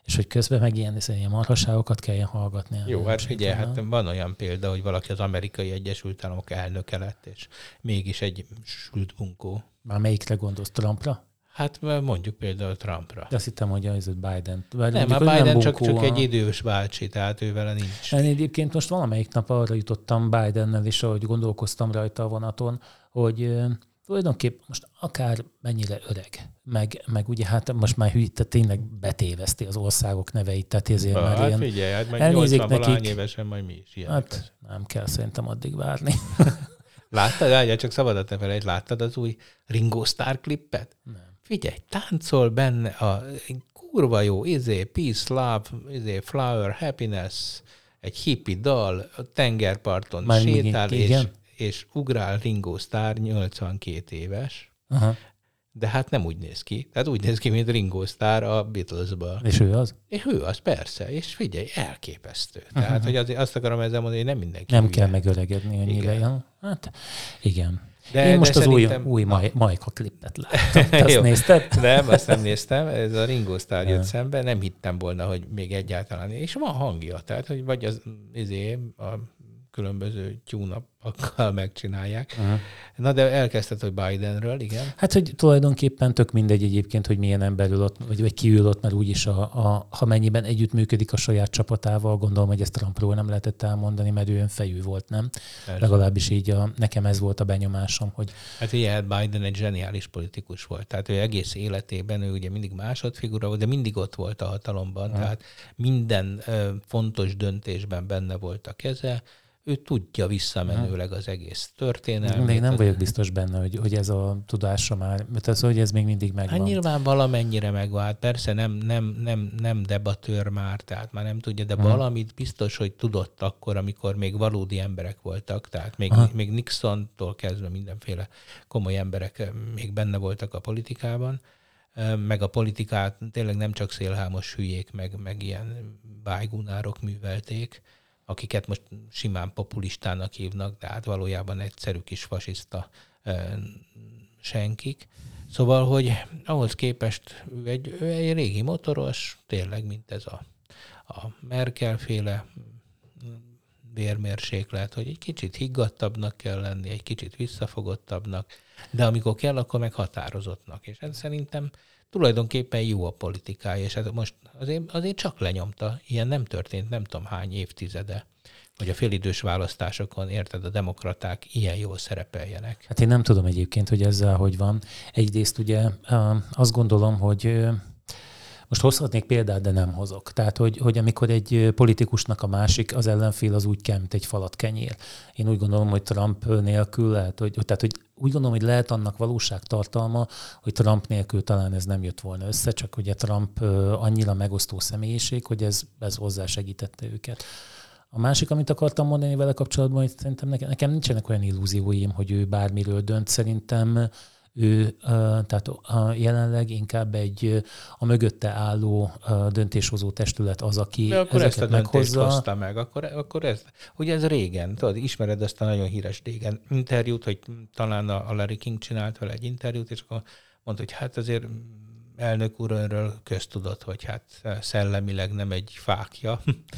és hogy közben meg ilyen, ilyen marhaságokat kelljen hallgatni. Jó, hát figyelj, hát van olyan példa, hogy valaki az Amerikai Egyesült Államok elnöke lett, és mégis egy sült bunkó. Már melyikre gondolsz, Trumpra? Hát mondjuk például Trumpra. De azt hittem, hogy az Biden. Nem, a Biden nem csak, csak egy idős bácsi, tehát ő vele nincs. Én egyébként most valamelyik nap arra jutottam Bidennel is, ahogy gondolkoztam rajta a vonaton, hogy tulajdonképp most akár mennyire öreg, meg, meg ugye hát most már hűít, tényleg betéveszti az országok neveit, tehát ezért ha, már hát ilyen... figyelj, hát meg nyolcvan évesen majd mi is ilyenek. Hát nem kell szerintem addig várni. Láttad? Ágyja, csak szabadat ne felejtsd, láttad az új Ringo Starr klippet? Nem. Figyelj, táncol benne a kurva jó, izé, peace, love, izé, flower, happiness, egy hippi dal, a tengerparton már sétál, még, és, és ugrál Ringo Starr, nyolcvankét éves, aha. De hát nem úgy néz ki. Tehát úgy néz ki, mint Ringo Starr a Beatles-ből. És ő az? És ő az, persze. És figyelj, elképesztő. Tehát, uh-huh. hogy azért azt akarom ezzel mondani, hogy nem mindenki. Nem ugye. kell megöregedni annyira. Igen. Hát igen. De, Én most de az szerintem... új, új maj, Majka klippet láttam. Te azt nézted? Nem, azt nem néztem. Ez a Ringo Starr jött szembe. Nem hittem volna, hogy még egyáltalán. És van hangja. Tehát, hogy vagy az izé, a különböző tune-upokkal megcsinálják. Uh-huh. Na, de elkezdted, hogy Bidenről, igen. Hát, hogy tulajdonképpen tök mindegy egyébként, hogy milyen ember ül ott, vagy, vagy ki ül ott, mert úgyis, a, a, ha mennyiben együttműködik a saját csapatával, gondolom, hogy ezt Trumpról nem lehetett elmondani, mert ő önfejű volt, nem? Persze. Legalábbis így a, nekem ez volt a benyomásom, hogy... Hát ugye Biden egy zseniális politikus volt. Tehát ő egész életében, ő ugye mindig másodfigura volt, de mindig ott volt a hatalomban. Uh-huh. Tehát minden ö, fontos döntésben benne volt a keze. Ő tudja visszamenőleg az egész történelmet. De én nem vagyok biztos benne, hogy, hogy ez a tudása már, mert az, hogy ez még mindig megvan. Hát nyilván valamennyire megvan. Persze nem, nem, nem, nem debatőr már, tehát már nem tudja, de hmm. valamit biztos, hogy tudott akkor, amikor még valódi emberek voltak. Tehát még, még Nixontól kezdve mindenféle komoly emberek még benne voltak a politikában. Meg a politikát tényleg nem csak szélhámos hülyék, meg, meg ilyen bájgunárok művelték, akiket most simán populistának hívnak, de hát valójában egyszerű kis fasiszta e, senkik. Szóval, hogy ahhoz képest ő egy, ő egy régi motoros, tényleg, mint ez a, a Merkel-féle vérmérséklet, hogy egy kicsit higgadtabbnak kell lenni, egy kicsit visszafogottabbnak, de amikor kell, akkor meg határozottnak. És ez szerintem tulajdonképpen jó a politikája, és hát most azért, azért csak lenyomta. Ilyen nem történt nem tudom hány évtizede, hogy a félidős választásokon, érted, a demokraták ilyen jól szerepeljenek. Hát én nem tudom egyébként, hogy ezzel hogy van. Egyrészt ugye azt gondolom, hogy most hozhatnék példát, de nem hozok. Tehát, hogy, hogy amikor egy politikusnak a másik, az ellenfél az úgy kell, mint egy falat kenyér. Én úgy gondolom, hogy Trump nélkül lehet, hogy, tehát, hogy úgy gondolom, hogy lehet annak valóságtartalma, hogy Trump nélkül talán ez nem jött volna össze, csak ugye Trump annyira megosztó személyiség, hogy ez, ez hozzásegítette őket. A másik, amit akartam mondani vele kapcsolatban, hogy szerintem nekem, nekem nincsenek olyan illúzióim, hogy ő bármiről dönt. Szerintem ő tehát jelenleg inkább egy a mögötte álló döntéshozó testület az, aki de akkor ezeket ezt a meghozza. döntést hozta meg, akkor, akkor ez, ugye ez régen, tudod, ismered azt a nagyon híres régen interjút, hogy talán a Larry King csinált vele egy interjút, és akkor mondta, hogy hát azért elnök úr önről köztudott, hogy hát szellemileg nem egy fákja.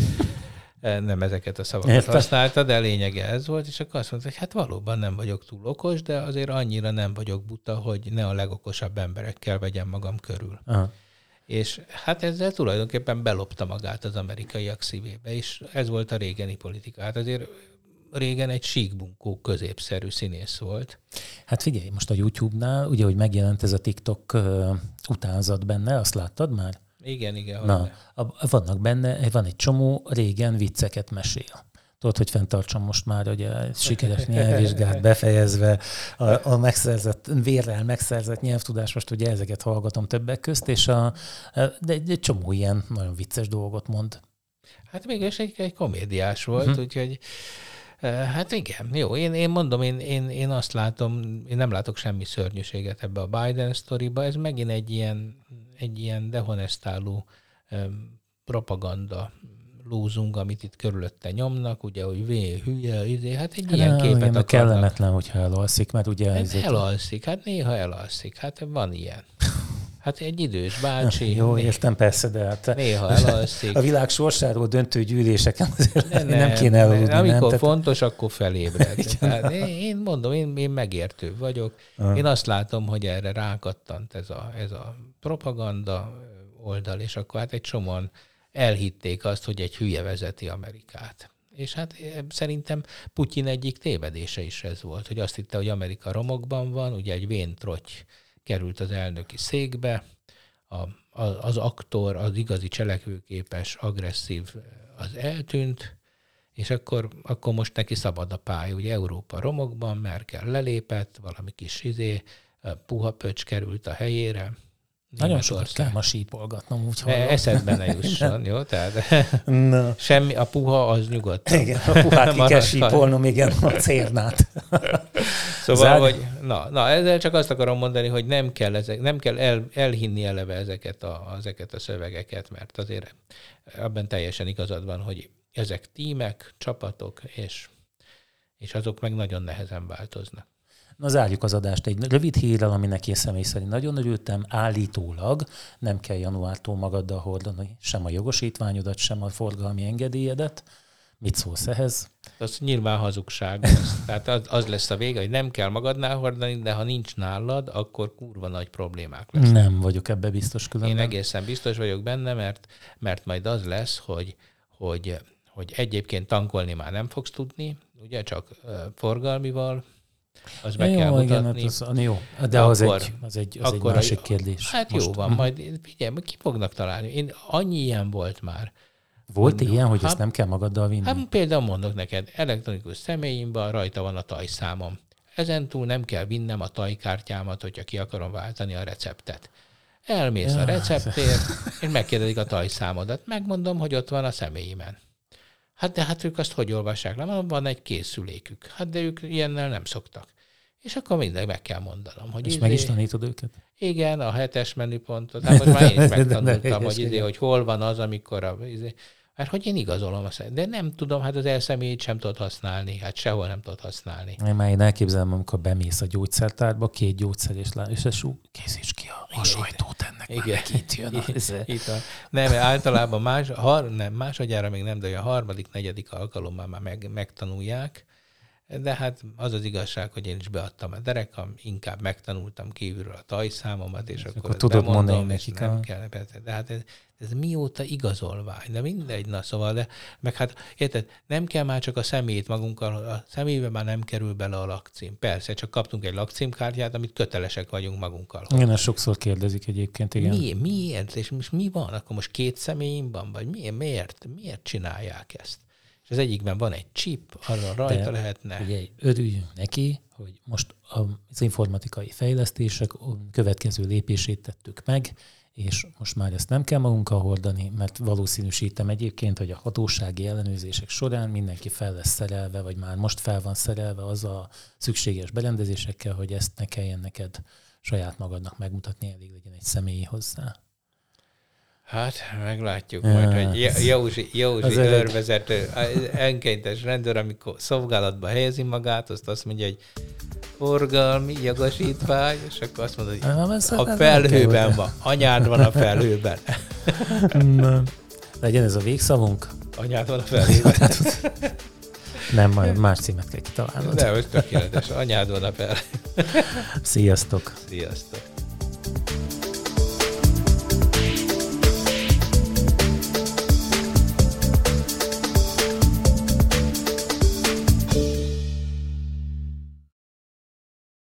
Nem ezeket a szavakat Érte? használta, de a lényege ez volt, és akkor azt mondta, hogy hát valóban nem vagyok túl okos, de azért annyira nem vagyok buta, hogy ne a legokosabb emberekkel vegyem magam körül. Aha. És hát ezzel tulajdonképpen belopta magát az amerikaiak szívébe, és ez volt a régeni politika. Hát azért régen egy síkbunkó középszerű színész volt. Hát figyelj, most a YouTube-nál, ugye, hogy megjelent ez a TikTok uh, utánzat benne, azt láttad már? Igen, igen. Na, a, vannak benne, van egy csomó régen vicceket mesél. Tudod, hogy fenntartsam most már, hogy a sikeres nyelvvizsgát befejezve a, a megszerzett, vérrel megszerzett nyelvtudás, most ugye ezeket hallgatom többek közt, és a, de egy, egy csomó ilyen nagyon vicces dolgot mond. Hát mégis egy, egy komédiás volt, uh-huh. úgyhogy hát igen, jó, én, én mondom, én, én, én azt látom, én nem látok semmi szörnyűséget ebbe a Biden sztoriba, ez megint egy ilyen, egy ilyen dehonestáló um, propaganda lúzunk, amit itt körülötte nyomnak, ugye, hogy vé, hülye, izé, hát egy hát ilyen képet akarnak. Kellemetlen, hogyha elalszik, mert ugye... Ez elalszik, hát néha elalszik, hát van ilyen. Hát egy idős bácsi. Jó, értem, persze, de hát néha elalszik. A világ sorsáról döntő gyűléseken azért nem, nem kéne elaludni. Amikor nem? fontos, akkor felébred. Tehát én mondom, én, én megértő vagyok. Ah. Én azt látom, hogy erre rákattant ez a, ez a propaganda oldal, és akkor hát egy csomóan elhitték azt, hogy egy hülye vezeti Amerikát. És hát szerintem Putyin egyik tévedése is ez volt, hogy azt hitte, hogy Amerika romokban van, ugye egy véntrotty került az elnöki székbe, a, a, az aktor, az igazi cselekvőképes, agresszív, az eltűnt, és akkor, akkor most neki szabad a pálya. Ugye Európa romokban, Merkel lelépett, valami kis izé, puha pöcs került a helyére. Nagyon sokat kell ma sípolgatnom, úgy hallom. Eszedbe ne jusson, jó? Tehát no. Semmi, a puha az nyugodt. Igen, a puhát ki kell sípolnom, igen, a cérnát. Szóval, Zár... hogy na, na, ezzel csak azt akarom mondani, hogy nem kell, ezek, nem kell el, elhinni eleve ezeket a, ezeket a szövegeket, mert azért abban teljesen igazad van, hogy ezek tímek, csapatok, és, és azok meg nagyon nehezen változnak. Na, zárjuk az adást egy rövid hírrel, aminek én személy szerint nagyon örültem. Állítólag nem kell januártól magaddal hordani sem a jogosítványodat, sem a forgalmi engedélyedet. Mit szólsz ehhez? Az nyilván hazugság lesz. Tehát az, az lesz a vége, hogy nem kell magadnál hordani, de ha nincs nálad, akkor kurva nagy problémák lesznek. Nem vagyok ebbe biztos különben. Én egészen biztos vagyok benne, mert, mert majd az lesz, hogy, hogy, hogy egyébként tankolni már nem fogsz tudni, ugye csak uh, forgalmival, az be jó, kell igen, mutatni. Hát az, jó, de akkor, az egy, az egy, az egy másik kérdés. Hát most. Jó van, majd figyelj, ki fognak találni. Én, annyi ilyen volt már. Volt hogy, ilyen, hogy hát, ezt nem kell magaddal vinni? Hát például mondok neked, elektronikus személyimben rajta van a tajszámom. Ezentúl nem kell vinnem a tajkártyámat, hogyha ki akarom váltani a receptet. Elmész ja. a receptért, és megkérdezik a tajszámodat. Megmondom, hogy ott van a személyimen. Hát de hát ők azt hogy olvassák le? Van egy készülékük. Hát de ők ilyennel nem szoktak. És akkor mindegy meg kell mondanom. Hogy és izé, meg is tanítod őket? Igen, a hetes menüpontot. Hát most már én is megtanultam, hogy, izé, hogy hol van az, amikor a... Izé, mert hogy én igazolom a személyt. De nem tudom, hát az elszemélyt sem tudod használni. Hát sehol nem tudod használni. Én már én elképzelem, amikor bemész a gyógyszertárba, két gyógyszer és, lá- és esú, készíts ki a, a sajtót ennek, igen. Már itt jön. A, itt a, nem, általában más, har, nem, másodjára még nem, de a harmadik, negyedik alkalommal már meg, megtanulják. De hát az az igazság, hogy én is beadtam a derekam, inkább megtanultam kívülről a tajszámomat, és akkor, akkor tudod bemondom, mondani és nekik. Nem kell, de hát ez, ez mióta igazolvány, de mindegy, na szóval, de meg hát érted, nem kell már csak a személyt magunkkal, a személybe már nem kerül bele a lakcím. Persze, csak kaptunk egy lakcímkártyát, amit kötelesek vagyunk magunkkal. Igen, ezt sokszor kérdezik egyébként, igen. Mi, miért? És most mi van? Akkor most két személyim van? Vagy miért? Miért, miért csinálják ezt? És az egyikben van egy chip, arra rajta de lehetne. Ugye örüljünk neki, hogy most az informatikai fejlesztések következő lépését tettük meg, és most már ezt nem kell magunkkal hordani, mert valószínűsítem egyébként, hogy a hatósági ellenőrzések során mindenki fel lesz szerelve, vagy már most fel van szerelve az a szükséges berendezésekkel, hogy ezt ne kelljen neked saját magadnak megmutatni, elég legyen egy személyi hozzá. Hát, meglátjuk ja. majd, hogy Józsi, Józsi őrvezető, önkéntes rendőr, amikor szolgálatba helyezi magát, azt azt mondja, hogy forgalmi jogosítvány, és akkor azt mondja, hogy a felhőben van, anyád van a felhőben. Legyen ez a végszavunk? Anyád van a felhőben. Nem, majd más címet kell kitalálnod. De, hogy tökéletes, anyád van a felhőben. Sziasztok! Sziasztok!